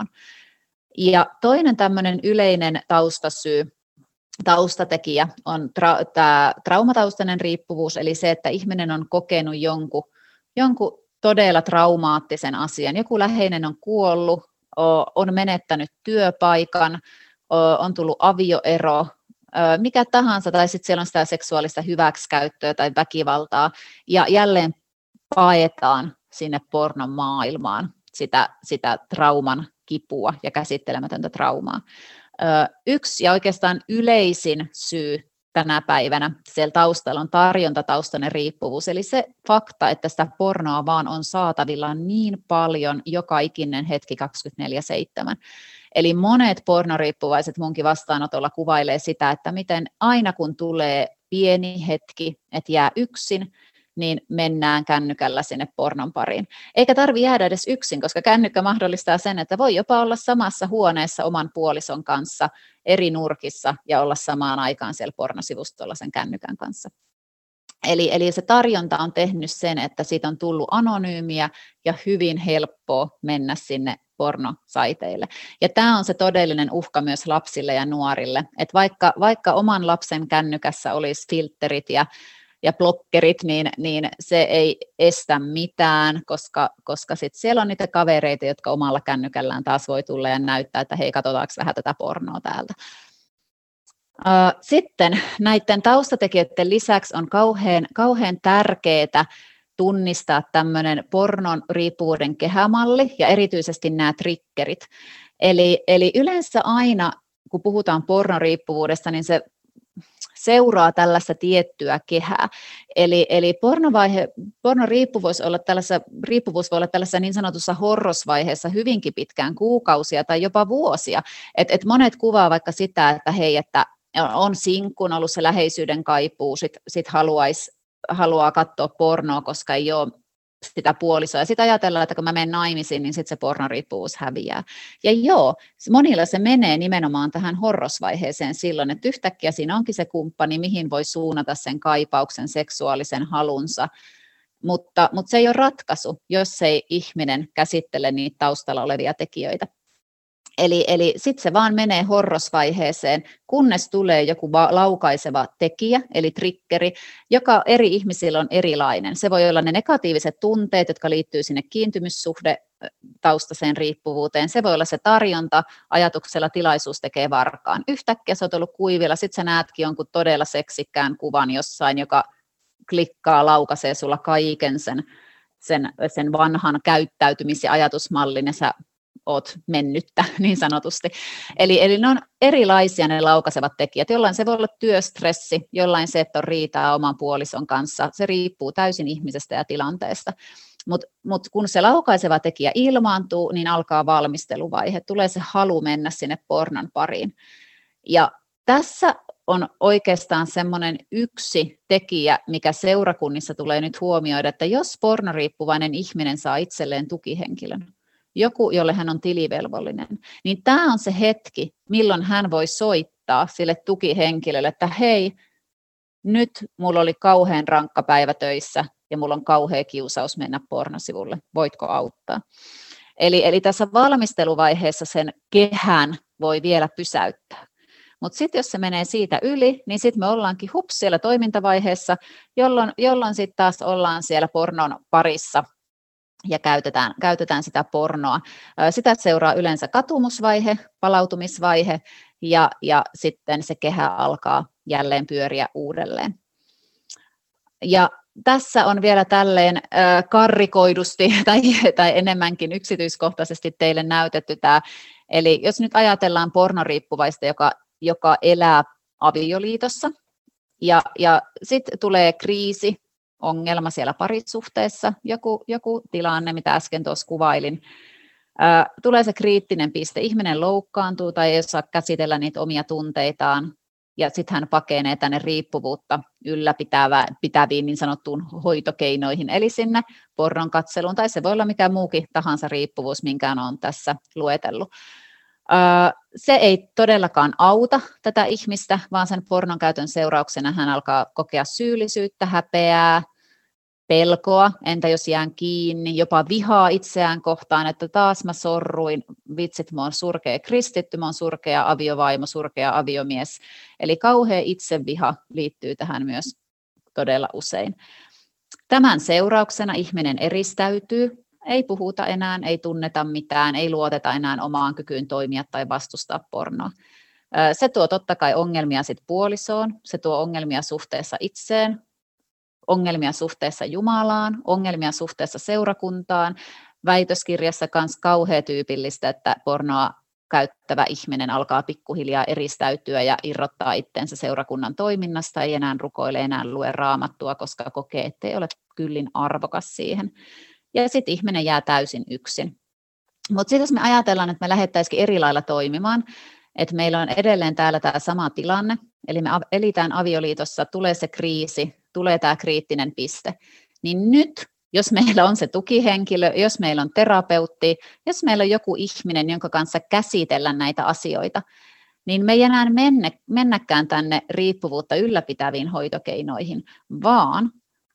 Ja toinen tämmöinen yleinen taustasyy, taustatekijä on tra- tämä traumataustainen riippuvuus, eli se, että ihminen on kokenut jonkun, jonkun todella traumaattisen asian. Joku läheinen on kuollut, on menettänyt työpaikan, on tullut avioero, mikä tahansa, tai sitten siellä on sitä seksuaalista hyväksikäyttöä tai väkivaltaa, ja jälleen paetaan sinne pornon maailmaan sitä, sitä trauman kipua ja käsittelemätöntä traumaa. Yksi ja oikeastaan yleisin syy tänä päivänä siellä taustalla on tarjontataustainen riippuvuus, eli se fakta, että sitä pornoa vaan on saatavilla niin paljon joka ikinen hetki kaksikymmentäneljä seitsemän. Eli monet pornoriippuvaiset munkin vastaanotolla kuvailee sitä, että miten aina kun tulee pieni hetki, että jää yksin, niin mennään kännykällä sinne pornon pariin. Eikä tarvitse jäädä edes yksin, koska kännykkä mahdollistaa sen, että voi jopa olla samassa huoneessa oman puolison kanssa eri nurkissa ja olla samaan aikaan siellä pornosivustolla sen kännykän kanssa. Eli, eli se tarjonta on tehnyt sen, että siitä on tullut anonyymiä ja hyvin helppoa mennä sinne pornosaiteille. Ja tämä on se todellinen uhka myös lapsille ja nuorille, että vaikka, vaikka oman lapsen kännykässä olisi filterit ja ja blokkerit, niin, niin se ei estä mitään, koska, koska sit siellä on niitä kavereita, jotka omalla kännykällään taas voi tulla ja näyttää, että hei, katsotaanko vähän tätä pornoa täältä. Sitten näiden taustatekijöiden lisäksi on kauhean, kauhean tärkeää tunnistaa tämmöinen pornon riippuvuuden kehämalli ja erityisesti nämä triggerit. Eli, eli yleensä aina, kun puhutaan pornoriippuvuudesta, niin se seuraa tällaista tiettyä kehää. Eli, eli pornovaihe, pornoriippuvuus, olla riippuvuus voi olla tällaisessa niin sanotussa horrosvaiheessa hyvinkin pitkään, kuukausia tai jopa vuosia. Et, et monet kuvaa vaikka sitä, että hei, että on sinkkun ollut se läheisyyden kaipuu, sit, sit haluais, haluaa katsoa pornoa, koska ei ole sitä puolisoa. Ja sitten ajatellaan, että kun mä menen naimisiin, niin sitten se pornoriippuvuus häviää. Ja joo, monilla se menee nimenomaan tähän horrosvaiheeseen silloin, että yhtäkkiä siinä onkin se kumppani, mihin voi suunnata sen kaipauksen, seksuaalisen halunsa, mutta, mutta se ei ole ratkaisu, jos ei ihminen käsittele niitä taustalla olevia tekijöitä. Eli, eli sitten se vaan menee horrosvaiheeseen, kunnes tulee joku laukaiseva tekijä, eli triggeri, joka eri ihmisillä on erilainen. Se voi olla ne negatiiviset tunteet, jotka liittyy sinne kiintymyssuhde taustaiseen riippuvuuteen. Se voi olla se tarjonta, ajatuksella tilaisuus tekee varkaan. Yhtäkkiä sä oot ollut kuivilla, sitten sä näetkin jonkun todella seksikkään kuvan jossain, joka klikkaa, laukaisee sulla kaiken sen, sen, sen vanhan käyttäytymis- ja ajatusmallin, ja sä oot mennyttä niin sanotusti. Eli, eli ne on erilaisia ne laukaisevat tekijät. Jollain se voi olla työstressi, jollain se, että on riitaa oman puolison kanssa. Se riippuu täysin ihmisestä ja tilanteesta. Mutta mut kun se laukaiseva tekijä ilmaantuu, niin alkaa valmisteluvaihe. Tulee se halu mennä sinne pornon pariin. Ja tässä on oikeastaan semmoinen yksi tekijä, mikä seurakunnissa tulee nyt huomioida, että jos pornoriippuvainen ihminen saa itselleen tukihenkilön, joku, jolle hän on tilivelvollinen, niin tämä on se hetki, milloin hän voi soittaa sille tukihenkilölle, että hei, nyt mulla oli kauhean rankka päivä töissä ja mulla on kauhea kiusaus mennä pornosivulle, voitko auttaa? Eli, eli tässä valmisteluvaiheessa sen kehän voi vielä pysäyttää. Mutta sitten jos se menee siitä yli, niin sitten me ollaankin hups siellä toimintavaiheessa, jolloin, jolloin sitten taas ollaan siellä pornon parissa ja käytetään, käytetään sitä pornoa. Sitä seuraa yleensä katumusvaihe, palautumisvaihe ja, ja sitten se kehä alkaa jälleen pyöriä uudelleen. Ja tässä on vielä tälleen äh, karrikoidusti tai, tai enemmänkin yksityiskohtaisesti teille näytetty tämä. Eli jos nyt ajatellaan pornoriippuvaista, joka, joka elää avioliitossa ja, ja sitten tulee kriisi, ongelma siellä parisuhteessa, joku, joku tilanne, mitä äsken tuossa kuvailin, Tulee se kriittinen piste, ihminen loukkaantuu tai ei osaa käsitellä niitä omia tunteitaan, ja sitten hän pakenee tänne riippuvuutta ylläpitäviin niin sanottuun hoitokeinoihin, eli sinne pornon katseluun, tai se voi olla mikä muukin tahansa riippuvuus, minkään on tässä luetellut. Se ei todellakaan auta tätä ihmistä, vaan sen pornon käytön seurauksena hän alkaa kokea syyllisyyttä, häpeää, pelkoa, entä jos jään kiinni, jopa vihaa itseään kohtaan, että taas mä sorruin, vitsit, mä oon surkea kristitty, mä oon surkea aviovaimo, surkea aviomies. Eli kauhea itseviha liittyy tähän myös todella usein. Tämän seurauksena ihminen eristäytyy, ei puhuta enää, ei tunneta mitään, ei luoteta enää omaan kykyyn toimia tai vastustaa pornoa. Se tuo totta kai ongelmia sit puolisoon, se tuo ongelmia suhteessa itseen, ongelmia suhteessa Jumalaan, ongelmia suhteessa seurakuntaan. Väitöskirjassa myös kauhean tyypillistä, että pornoa käyttävä ihminen alkaa pikkuhiljaa eristäytyä ja irrottaa itsensä seurakunnan toiminnasta, ei enää rukoile, enää lue raamattua, koska kokee, ettei ole kyllin arvokas siihen. Ja sitten ihminen jää täysin yksin. Mutta sitten jos me ajatellaan, että me lähdettäisikin eri lailla toimimaan, että meillä on edelleen täällä tämä sama tilanne, eli me elitään avioliitossa, tulee se kriisi, tulee tämä kriittinen piste, niin nyt, jos meillä on se tukihenkilö, jos meillä on terapeutti, jos meillä on joku ihminen, jonka kanssa käsitellä näitä asioita, niin me ei enää mennä, mennäkään tänne riippuvuutta ylläpitäviin hoitokeinoihin, vaan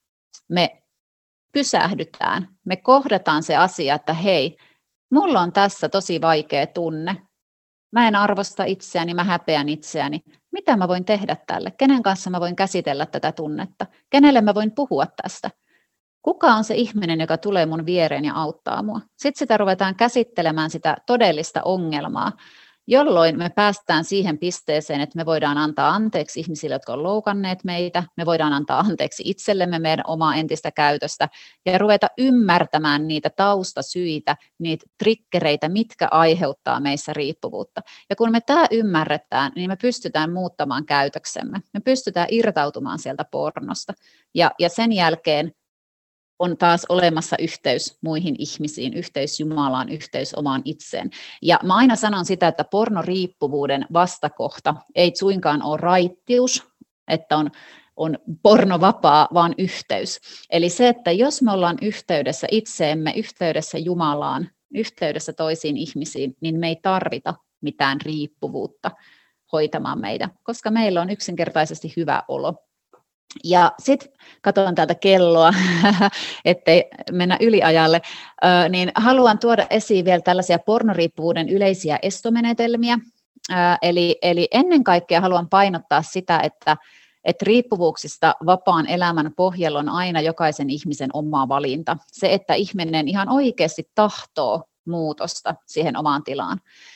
me pysähdytään, me kohdataan se asia, että hei, mulla on tässä tosi vaikea tunne, mä en arvosta itseäni, mä häpeän itseäni. Mitä mä voin tehdä tälle? Kenen kanssa mä voin käsitellä tätä tunnetta? Kenelle mä voin puhua tästä? Kuka on se ihminen, joka tulee mun viereen ja auttaa mua? Sitten sitä ruvetaan käsittelemään sitä todellista ongelmaa, jolloin me päästään siihen pisteeseen, että me voidaan antaa anteeksi ihmisille, jotka on loukanneet meitä, me voidaan antaa anteeksi itsellemme meidän omaa entistä käytöstä ja ruveta ymmärtämään niitä taustasyitä, niitä triggereitä, mitkä aiheuttaa meissä riippuvuutta. Ja kun me tämä ymmärretään, niin me pystytään muuttamaan käytöksemme, me pystytään irtautumaan sieltä pornosta ja, ja sen jälkeen on taas olemassa yhteys muihin ihmisiin, yhteys Jumalaan, yhteys omaan itseen. Ja mä aina sanon sitä, että pornoriippuvuuden vastakohta ei suinkaan ole raittius, että on, on pornovapaa, vaan yhteys. Eli se, että jos me ollaan yhteydessä itseemme, yhteydessä Jumalaan, yhteydessä toisiin ihmisiin, niin me ei tarvita mitään riippuvuutta hoitamaan meitä, koska meillä on yksinkertaisesti hyvä olo. Ja sitten katson täältä kelloa, ettei mennä yliajalle, niin haluan tuoda esiin vielä tällaisia pornoriippuvuuden yleisiä estomenetelmiä. Eli, eli ennen kaikkea haluan painottaa sitä, että, että riippuvuuksista vapaan elämän pohjalla on aina jokaisen ihmisen oma valinta. Se, että ihminen ihan oikeasti tahtoo muutosta siihen omaan tilaan.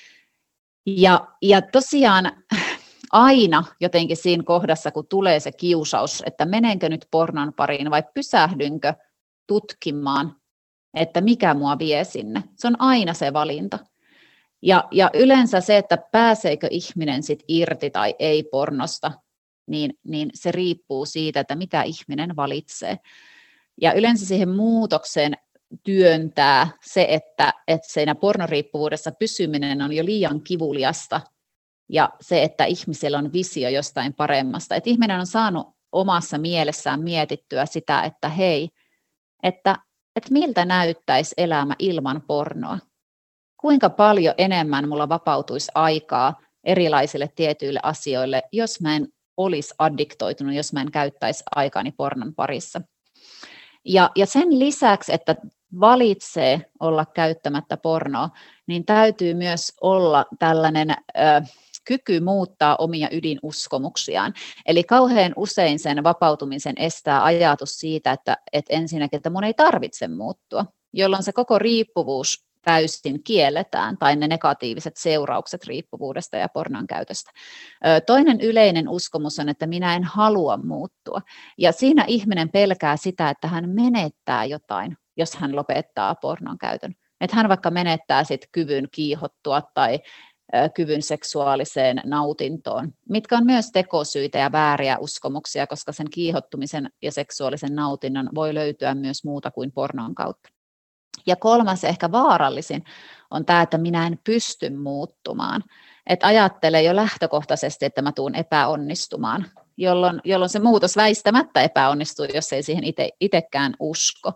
Ja, ja tosiaan aina jotenkin siinä kohdassa, kun tulee se kiusaus, että menenkö nyt pornon pariin vai pysähdynkö tutkimaan, että mikä mua vie sinne. Se on aina se valinta. Ja, ja yleensä se, että pääseekö ihminen sit irti tai ei pornosta, niin, niin se riippuu siitä, että mitä ihminen valitsee. Ja yleensä siihen muutokseen työntää se, että, että siinä pornoriippuvuudessa pysyminen on jo liian kivuliasta, ja se, että ihmisellä on visio jostain paremmasta. Että ihminen on saanut omassa mielessään mietittyä sitä, että hei, että, että miltä näyttäisi elämä ilman pornoa. Kuinka paljon enemmän mulla vapautuisi aikaa erilaisille tietyille asioille, jos mä en olisi addiktoitunut, jos mä en käyttäisi aikaani pornon parissa. Ja, ja sen lisäksi, että valitsee olla käyttämättä pornoa, niin täytyy myös olla tällainen ö, kyky muuttaa omia ydinuskomuksiaan. Eli kauhean usein sen vapautumisen estää ajatus siitä, että, että ensinnäkin, että mun ei tarvitse muuttua, jolloin se koko riippuvuus täysin kielletään, tai ne negatiiviset seuraukset riippuvuudesta ja pornon käytöstä. Toinen yleinen uskomus on, että minä en halua muuttua, ja siinä ihminen pelkää sitä, että hän menettää jotain, jos hän lopettaa pornon käytön. Että hän vaikka menettää sit kyvyn kiihottua tai kyvyn seksuaaliseen nautintoon, mitkä on myös tekosyitä ja vääriä uskomuksia, koska sen kiihottumisen ja seksuaalisen nautinnon voi löytyä myös muuta kuin pornon kautta. Ja kolmas, ehkä vaarallisin, on tämä, että minä en pysty muuttumaan. Että ajattele jo lähtökohtaisesti, että mä tuun epäonnistumaan, jolloin, jolloin se muutos väistämättä epäonnistuu, jos ei siihen ite, itsekään usko.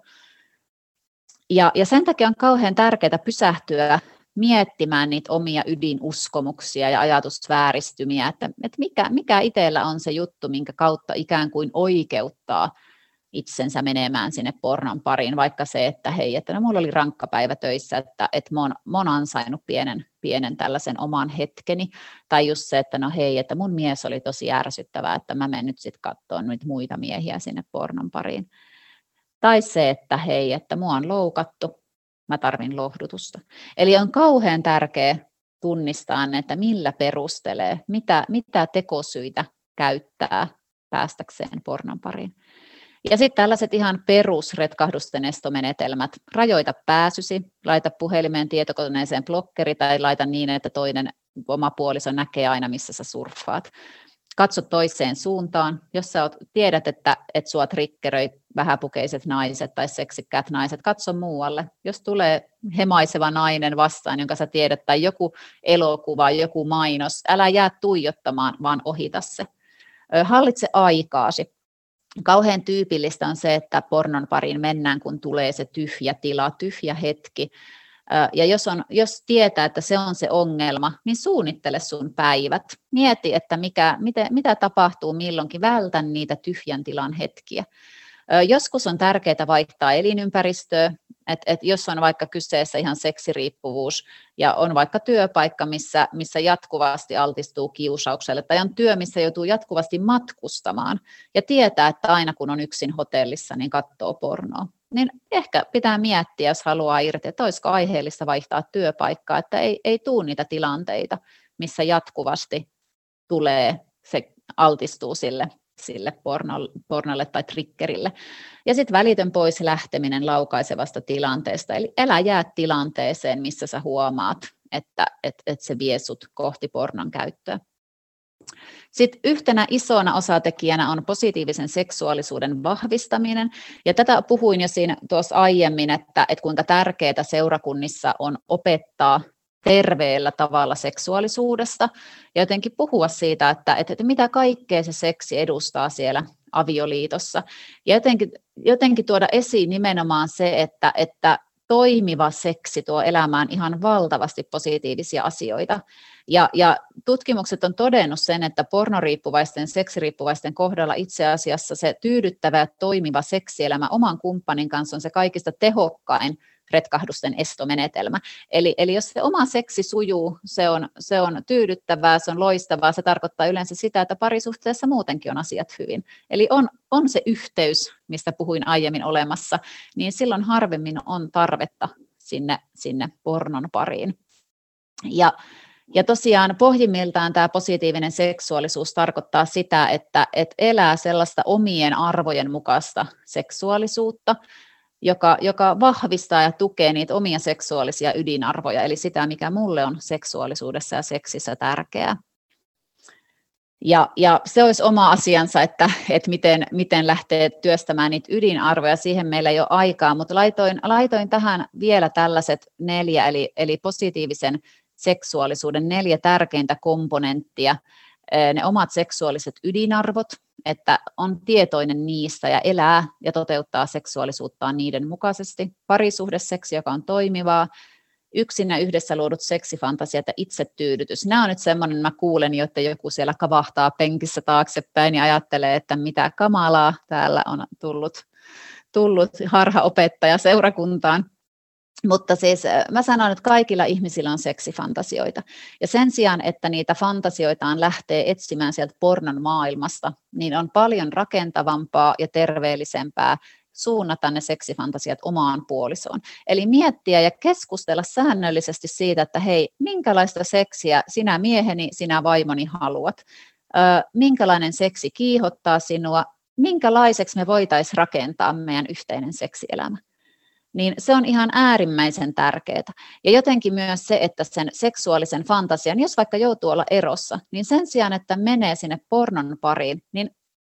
Ja, ja sen takia on kauhean tärkeää pysähtyä miettimään niitä omia ydinuskomuksia ja ajatusvääristymiä, että, että mikä, mikä itsellä on se juttu, minkä kautta ikään kuin oikeuttaa itsensä menemään sinne pornon pariin, vaikka se, että hei, että no, mulla oli rankka päivä töissä, että, että mä, oon, mä oon ansainnut pienen, pienen tällaisen oman hetkeni, tai just se, että no hei, että mun mies oli tosi ärsyttävää, että mä menen nyt sitten katsomaan nyt muita miehiä sinne pornon pariin. Tai se, että hei, että mua on loukattu, mä tarvin lohdutusta. Eli on kauhean tärkeää tunnistaa, että millä perustelee, mitä, mitä tekosyitä käyttää päästäkseen pornon pariin. Ja sitten tällaiset ihan perusretkahdusten estomenetelmät. Rajoita pääsysi, laita puhelimeen tietokoneeseen blokkeri tai laita niin, että toinen oma puoliso näkee aina, missä sä surffaat. Katso toiseen suuntaan. Jos sä oot, tiedät, että et sua triggeröi vähäpukeiset naiset tai seksikkäät naiset, katso muualle. Jos tulee hemaiseva nainen vastaan, jonka sä tiedät, tai joku elokuva, joku mainos, älä jää tuijottamaan, vaan ohita se. Hallitse aikaasi. Kauhean tyypillistä on se, että pornon pariin mennään, kun tulee se tyhjä tila, tyhjä hetki. Ja jos, on, jos tietää, että se on se ongelma, niin suunnittele sun päivät. Mieti, että mikä, mitä, mitä tapahtuu milloinkin, vältä niitä tyhjän tilan hetkiä. Joskus on tärkeää vaihtaa elinympäristöä, että et jos on vaikka kyseessä ihan seksiriippuvuus ja on vaikka työpaikka, missä, missä jatkuvasti altistuu kiusaukselle, tai on työ, missä joutuu jatkuvasti matkustamaan ja tietää, että aina kun on yksin hotellissa, niin katsoo pornoa. Niin ehkä pitää miettiä, jos haluaa irti, että olisiko aiheellista vaihtaa työpaikkaa, että ei, ei tule niitä tilanteita, missä jatkuvasti tulee, se altistuu sille, sille pornolle tai triggerille. Ja sitten välitön pois lähteminen laukaisevasta tilanteesta, eli älä jää tilanteeseen, missä sä huomaat, että et, et se vie sut kohti pornon käyttöä. Sitten yhtenä isona osatekijänä on positiivisen seksuaalisuuden vahvistaminen, ja tätä puhuin jo siinä tuossa aiemmin, että, että kuinka tärkeää seurakunnissa on opettaa terveellä tavalla seksuaalisuudesta, ja jotenkin puhua siitä, että, että mitä kaikkea se seksi edustaa siellä avioliitossa, ja jotenkin, jotenkin tuoda esiin nimenomaan se, että, että toimiva seksi tuo elämään ihan valtavasti positiivisia asioita. Ja, ja tutkimukset on todennut sen, että pornoriippuvaisten, seksiriippuvaisten kohdalla itse asiassa se tyydyttävä ja toimiva seksielämä oman kumppanin kanssa on se kaikista tehokkain retkahdusten estomenetelmä. Eli, eli jos se oma seksi sujuu, se on, se on tyydyttävää, se on loistavaa, se tarkoittaa yleensä sitä, että parisuhteessa muutenkin on asiat hyvin. Eli on, on se yhteys, mistä puhuin aiemmin olemassa, niin silloin harvemmin on tarvetta sinne, sinne pornon pariin. Ja, ja tosiaan pohjimmiltaan tämä positiivinen seksuaalisuus tarkoittaa sitä, että, että elää sellaista omien arvojen mukaista seksuaalisuutta, Joka, joka vahvistaa ja tukee niitä omia seksuaalisia ydinarvoja, eli sitä, mikä mulle on seksuaalisuudessa ja seksissä tärkeää. Ja, ja se olisi oma asiansa, että, että miten, miten lähtee työstämään niitä ydinarvoja, siihen meillä ei ole aikaa, mutta laitoin, laitoin tähän vielä tällaiset neljä, eli, eli positiivisen seksuaalisuuden neljä tärkeintä komponenttia, ne omat seksuaaliset ydinarvot, että on tietoinen niistä ja elää ja toteuttaa seksuaalisuuttaan niiden mukaisesti. Parisuhdeseksi, joka on toimivaa, yksin ja yhdessä luodut seksifantasiat ja itsetyydytys. Nämä on nyt semmoinen, mä kuulen jo, että joku siellä kavahtaa penkissä taaksepäin ja ajattelee, että mitä kamalaa täällä on tullut, tullut harhaopettaja seurakuntaan. Mutta siis mä sanon, että kaikilla ihmisillä on seksifantasioita. Ja sen sijaan, että niitä fantasioitaan lähtee etsimään sieltä pornon maailmasta, niin on paljon rakentavampaa ja terveellisempää suunnata ne seksifantasiat omaan puolisoon. Eli miettiä ja keskustella säännöllisesti siitä, että hei, minkälaista seksiä sinä mieheni, sinä vaimoni haluat? Ö, minkälainen seksi kiihottaa sinua? Minkälaiseksi me voitaisiin rakentaa meidän yhteinen seksielämä? Niin se on ihan äärimmäisen tärkeää. Ja jotenkin myös se, että sen seksuaalisen fantasian, jos vaikka joutuu olla erossa, niin sen sijaan, että menee sinne pornon pariin, niin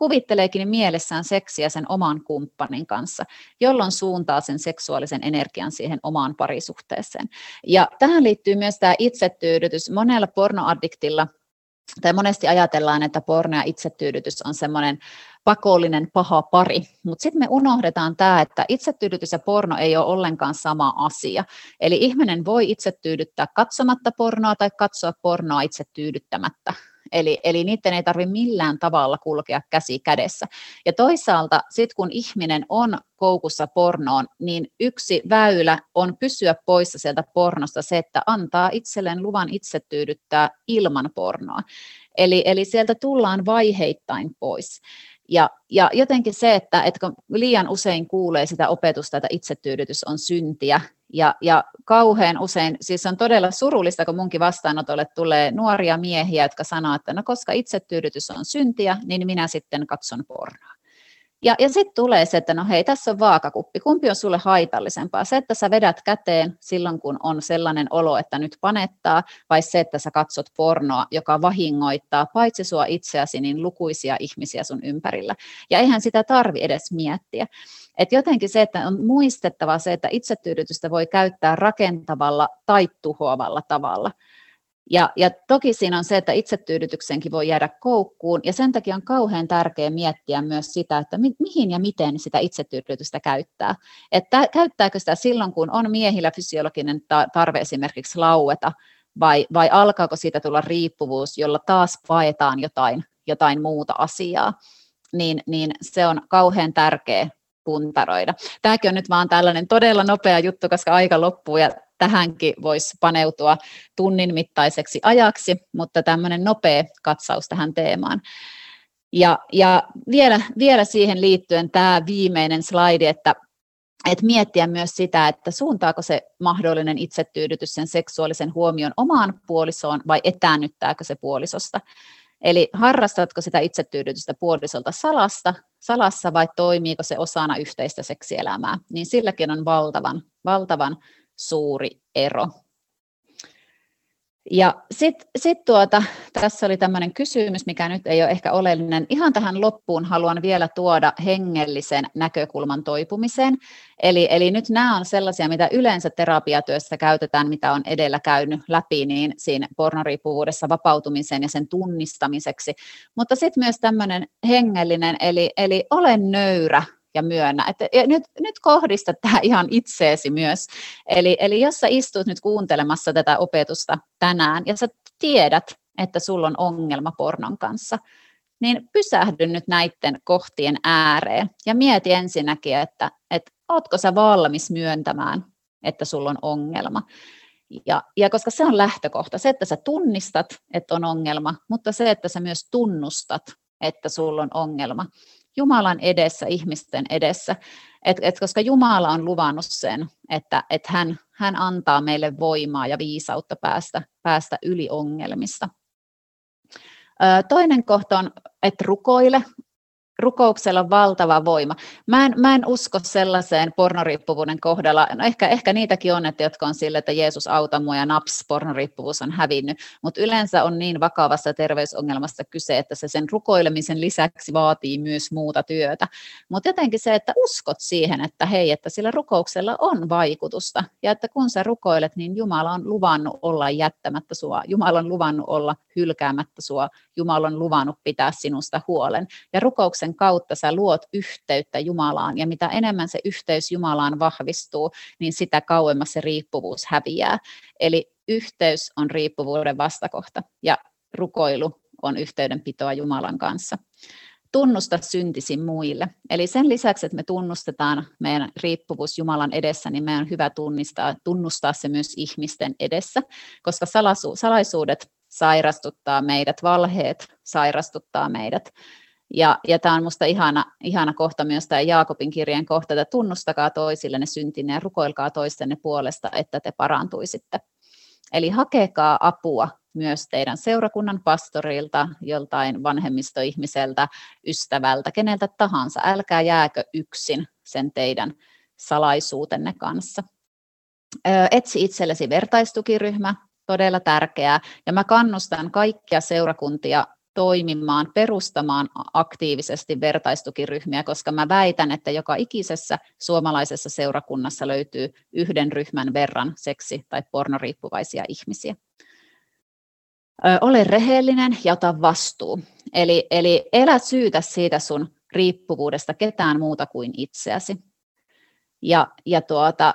kuvitteleekin mielessään seksiä sen oman kumppanin kanssa, jolloin suuntaa sen seksuaalisen energian siihen omaan parisuhteeseen. Ja tähän liittyy myös tämä itsetyydytys. Monella pornoaddiktilla, tai monesti ajatellaan, että porno ja itsetyydytys on semmoinen pakollinen paha pari, mutta sitten me unohdetaan tämä, että itsetyydytys ja porno ei ole ollenkaan sama asia. Eli ihminen voi itsetyydyttää katsomatta pornoa tai katsoa pornoa itsetyydyttämättä. Eli, eli niiden ei tarvitse millään tavalla kulkea käsi kädessä. Ja toisaalta sitten kun ihminen on koukussa pornoon, niin yksi väylä on pysyä poissa sieltä pornosta se, että antaa itselleen luvan itsetyydyttää ilman pornoa. Eli, eli sieltä tullaan vaiheittain pois. Ja, ja jotenkin se, että, että kun liian usein kuulee sitä opetusta, että itsetyydytys on syntiä, ja, ja kauhean usein, siis on todella surullista, kun munkin vastaanotolle tulee nuoria miehiä, jotka sanoo, että no koska itsetyydytys on syntiä, niin minä sitten katson pornoa. Ja, ja sitten tulee se, että no hei, tässä on vaakakuppi, kumpi on sulle haitallisempaa? Se, että sä vedät käteen silloin, kun on sellainen olo, että nyt panettaa, vai se, että sä katsot pornoa, joka vahingoittaa paitsi sua itseäsi, niin lukuisia ihmisiä sun ympärillä. Ja eihän sitä tarvi edes miettiä. Et jotenkin se, että on muistettava se, että itsetyydytystä voi käyttää rakentavalla tai tuhoavalla tavalla. Ja, ja toki siinä on se, että itsetyydytyksenkin voi jäädä koukkuun, ja sen takia on kauhean tärkeää miettiä myös sitä, että mi, mihin ja miten sitä itsetyydytystä käyttää. Että käyttääkö sitä silloin, kun on miehillä fysiologinen tarve esimerkiksi laueta, vai, vai alkaako siitä tulla riippuvuus, jolla taas paetaan jotain, jotain muuta asiaa, niin, niin se on kauhean tärkeä puntaroida. Tämäkin on nyt vaan tällainen todella nopea juttu, koska aika loppuu ja tähänkin voisi paneutua tunnin mittaiseksi ajaksi, mutta tämmöinen nopea katsaus tähän teemaan. Ja, ja vielä, vielä siihen liittyen tämä viimeinen slaidi, että, että miettiä myös sitä, että suuntaako se mahdollinen itsetyydytys sen seksuaalisen huomion omaan puolisoon vai etäännyttääkö se puolisosta. Eli harrastatko sitä itsetyydytystä puolisolta salasta, salassa vai toimiiko se osana yhteistä seksielämää, niin silläkin on valtavan, valtavan suuri ero. Ja sitten sit tuota, tässä oli tämmöinen kysymys, mikä nyt ei ole ehkä oleellinen. Ihan tähän loppuun haluan vielä tuoda hengellisen näkökulman toipumiseen. Eli, eli nyt nämä on sellaisia, mitä yleensä terapiatyössä käytetään, mitä on edellä käynyt läpi, niin siinä pornoriippuvuudessa vapautumisen ja sen tunnistamiseksi. Mutta sitten myös tämmöinen hengellinen, eli, eli ole nöyrä ja myönnä. Että, ja nyt, nyt kohdista tämä ihan itseesi myös. Eli, eli jos sä istut nyt kuuntelemassa tätä opetusta tänään ja sä tiedät, että sulla on ongelma pornon kanssa, niin pysähdy nyt näiden kohtien ääreen ja mieti ensinnäkin, että, että ootko sä valmis myöntämään, että sulla on ongelma. Ja, ja koska se on lähtökohta, se, että sä tunnistat, että on ongelma, mutta se, että sä myös tunnustat, että sulla on ongelma. Jumalan edessä, ihmisten edessä, et, et koska Jumala on luvannut sen, että et hän, hän antaa meille voimaa ja viisautta päästä, päästä yli ongelmista. Ö, toinen kohta on, että rukoile. Rukouksella on valtava voima. Mä en, mä en usko sellaiseen pornoriippuvuuden kohdalla, no ehkä, ehkä niitäkin on, että jotka on sille, että Jeesus auta mua ja naps, pornoriippuvuus on hävinnyt, mutta yleensä on niin vakavassa terveysongelmasta kyse, että se sen rukoilemisen lisäksi vaatii myös muuta työtä. Mutta jotenkin se, että uskot siihen, että hei, että sillä rukouksella on vaikutusta ja että kun sä rukoilet, niin Jumala on luvannut olla jättämättä sua, Jumala on luvannut olla hylkäämättä sua, Jumala on luvannut pitää sinusta huolen ja rukouksen kautta sä luot yhteyttä Jumalaan, ja mitä enemmän se yhteys Jumalaan vahvistuu, niin sitä kauemmas se riippuvuus häviää. Eli yhteys on riippuvuuden vastakohta, ja rukoilu on yhteydenpitoa Jumalan kanssa. Tunnusta syntisi muille. Eli sen lisäksi, että me tunnustetaan meidän riippuvuus Jumalan edessä, niin meidän on hyvä tunnistaa, tunnustaa se myös ihmisten edessä, koska salasu, salaisuudet sairastuttaa meidät, valheet sairastuttaa meidät. Ja, ja tämä on minusta ihana, ihana kohta myös tämä Jaakobin kirjeen kohta, että tunnustakaa toisillenne syntinne ja rukoilkaa toistenne puolesta, että te parantuisitte. Eli hakekaa apua myös teidän seurakunnan pastorilta, joltain vanhemmistoihmiseltä, ystävältä, keneltä tahansa. Älkää jääkö yksin sen teidän salaisuutenne kanssa. Etsi itsellesi vertaistukiryhmä, todella tärkeää. Ja mä kannustan kaikkia seurakuntia toimimaan, perustamaan aktiivisesti vertaistukiryhmiä, koska mä väitän, että joka ikisessä suomalaisessa seurakunnassa löytyy yhden ryhmän verran seksi- tai pornoriippuvaisia ihmisiä. Ö, ole rehellinen ja ota vastuu. Eli, eli elä syytä siitä sun riippuvuudesta ketään muuta kuin itseäsi. Ja, ja tuota,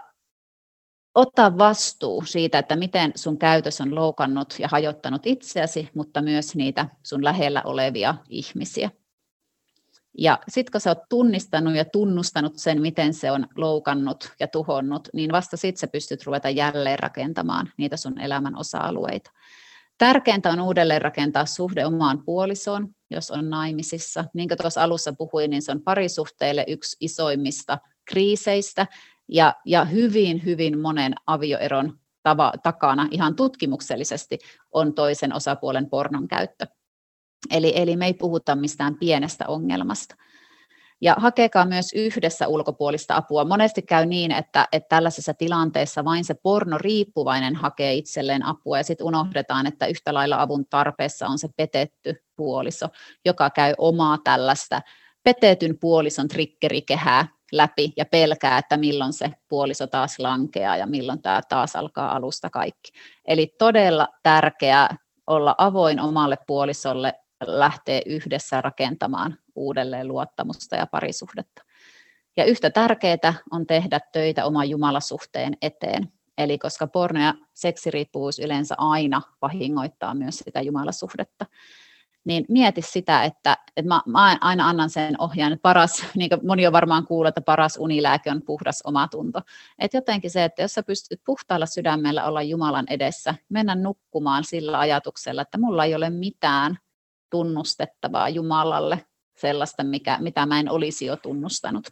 ota vastuu siitä, että miten sun käytös on loukannut ja hajottanut itseäsi, mutta myös niitä sun lähellä olevia ihmisiä. Ja sitten kun sä oot tunnistanut ja tunnustanut sen, miten se on loukannut ja tuhonnut, niin vasta sitten sä pystyt ruveta jälleen rakentamaan niitä sun elämän osa-alueita. Tärkeintä on uudelleen rakentaa suhde omaan puolisoon, jos on naimisissa. Niin kuin tuossa alussa puhuin, niin se on parisuhteelle yksi isoimmista kriiseistä, ja, ja hyvin, hyvin monen avioeron tava, takana ihan tutkimuksellisesti on toisen osapuolen pornon käyttö. Eli, eli me ei puhuta mistään pienestä ongelmasta. Ja hakekaa myös yhdessä ulkopuolista apua. Monesti käy niin, että, että tällaisessa tilanteessa vain se pornoriippuvainen hakee itselleen apua, ja sitten unohdetaan, että yhtä lailla avun tarpeessa on se petetty puoliso, joka käy omaa tällaista petetyn puolison triggerikehää läpi ja pelkää, että milloin se puoliso taas lankeaa ja milloin tämä taas alkaa alusta kaikki. Eli todella tärkeää olla avoin omalle puolisolle, lähteä yhdessä rakentamaan uudelleen luottamusta ja parisuhdetta. Ja yhtä tärkeää on tehdä töitä oman jumalasuhteen eteen. Eli koska porno ja seksiriippuvuus yleensä aina vahingoittaa myös sitä jumalasuhdetta, niin mieti sitä, että, että mä, mä aina annan sen ohjaan, että paras, niin kuin moni on varmaan kuullut, että paras unilääke on puhdas omatunto. Että jotenkin se, että jos sä pystyt puhtaalla sydämellä olla Jumalan edessä, mennä nukkumaan sillä ajatuksella, että mulla ei ole mitään tunnustettavaa Jumalalle, sellaista, mikä, mitä mä en olisi jo tunnustanut.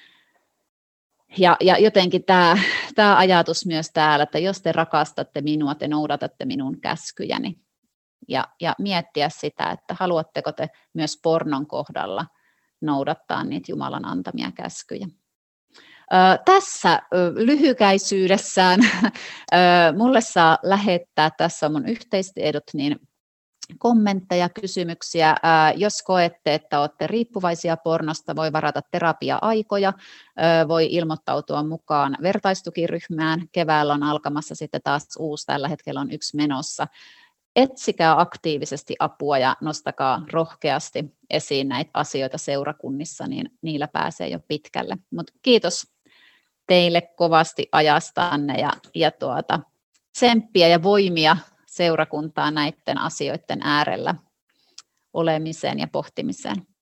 Ja, ja jotenkin tämä, tämä ajatus myös täällä, että jos te rakastatte minua, te noudatatte minun käskyjäni. Ja, ja miettiä sitä, että haluatteko te myös pornon kohdalla noudattaa niitä Jumalan antamia käskyjä. Ö, tässä ö, lyhykäisyydessään ö, mulle saa lähettää, tässä on mun yhteistiedot, niin kommentteja, kysymyksiä. Ää, jos koette, että olette riippuvaisia pornosta, voi varata terapia-aikoja, ää, voi ilmoittautua mukaan vertaistukiryhmään. Keväällä on alkamassa sitten taas uusi, tällä hetkellä on yksi menossa. Etsikää aktiivisesti apua ja nostakaa rohkeasti esiin näitä asioita seurakunnissa, niin niillä pääsee jo pitkälle. Mut kiitos teille kovasti ajastanne ja, ja tuota, tsemppiä ja voimia seurakuntaa näiden asioiden äärellä olemiseen ja pohtimiseen.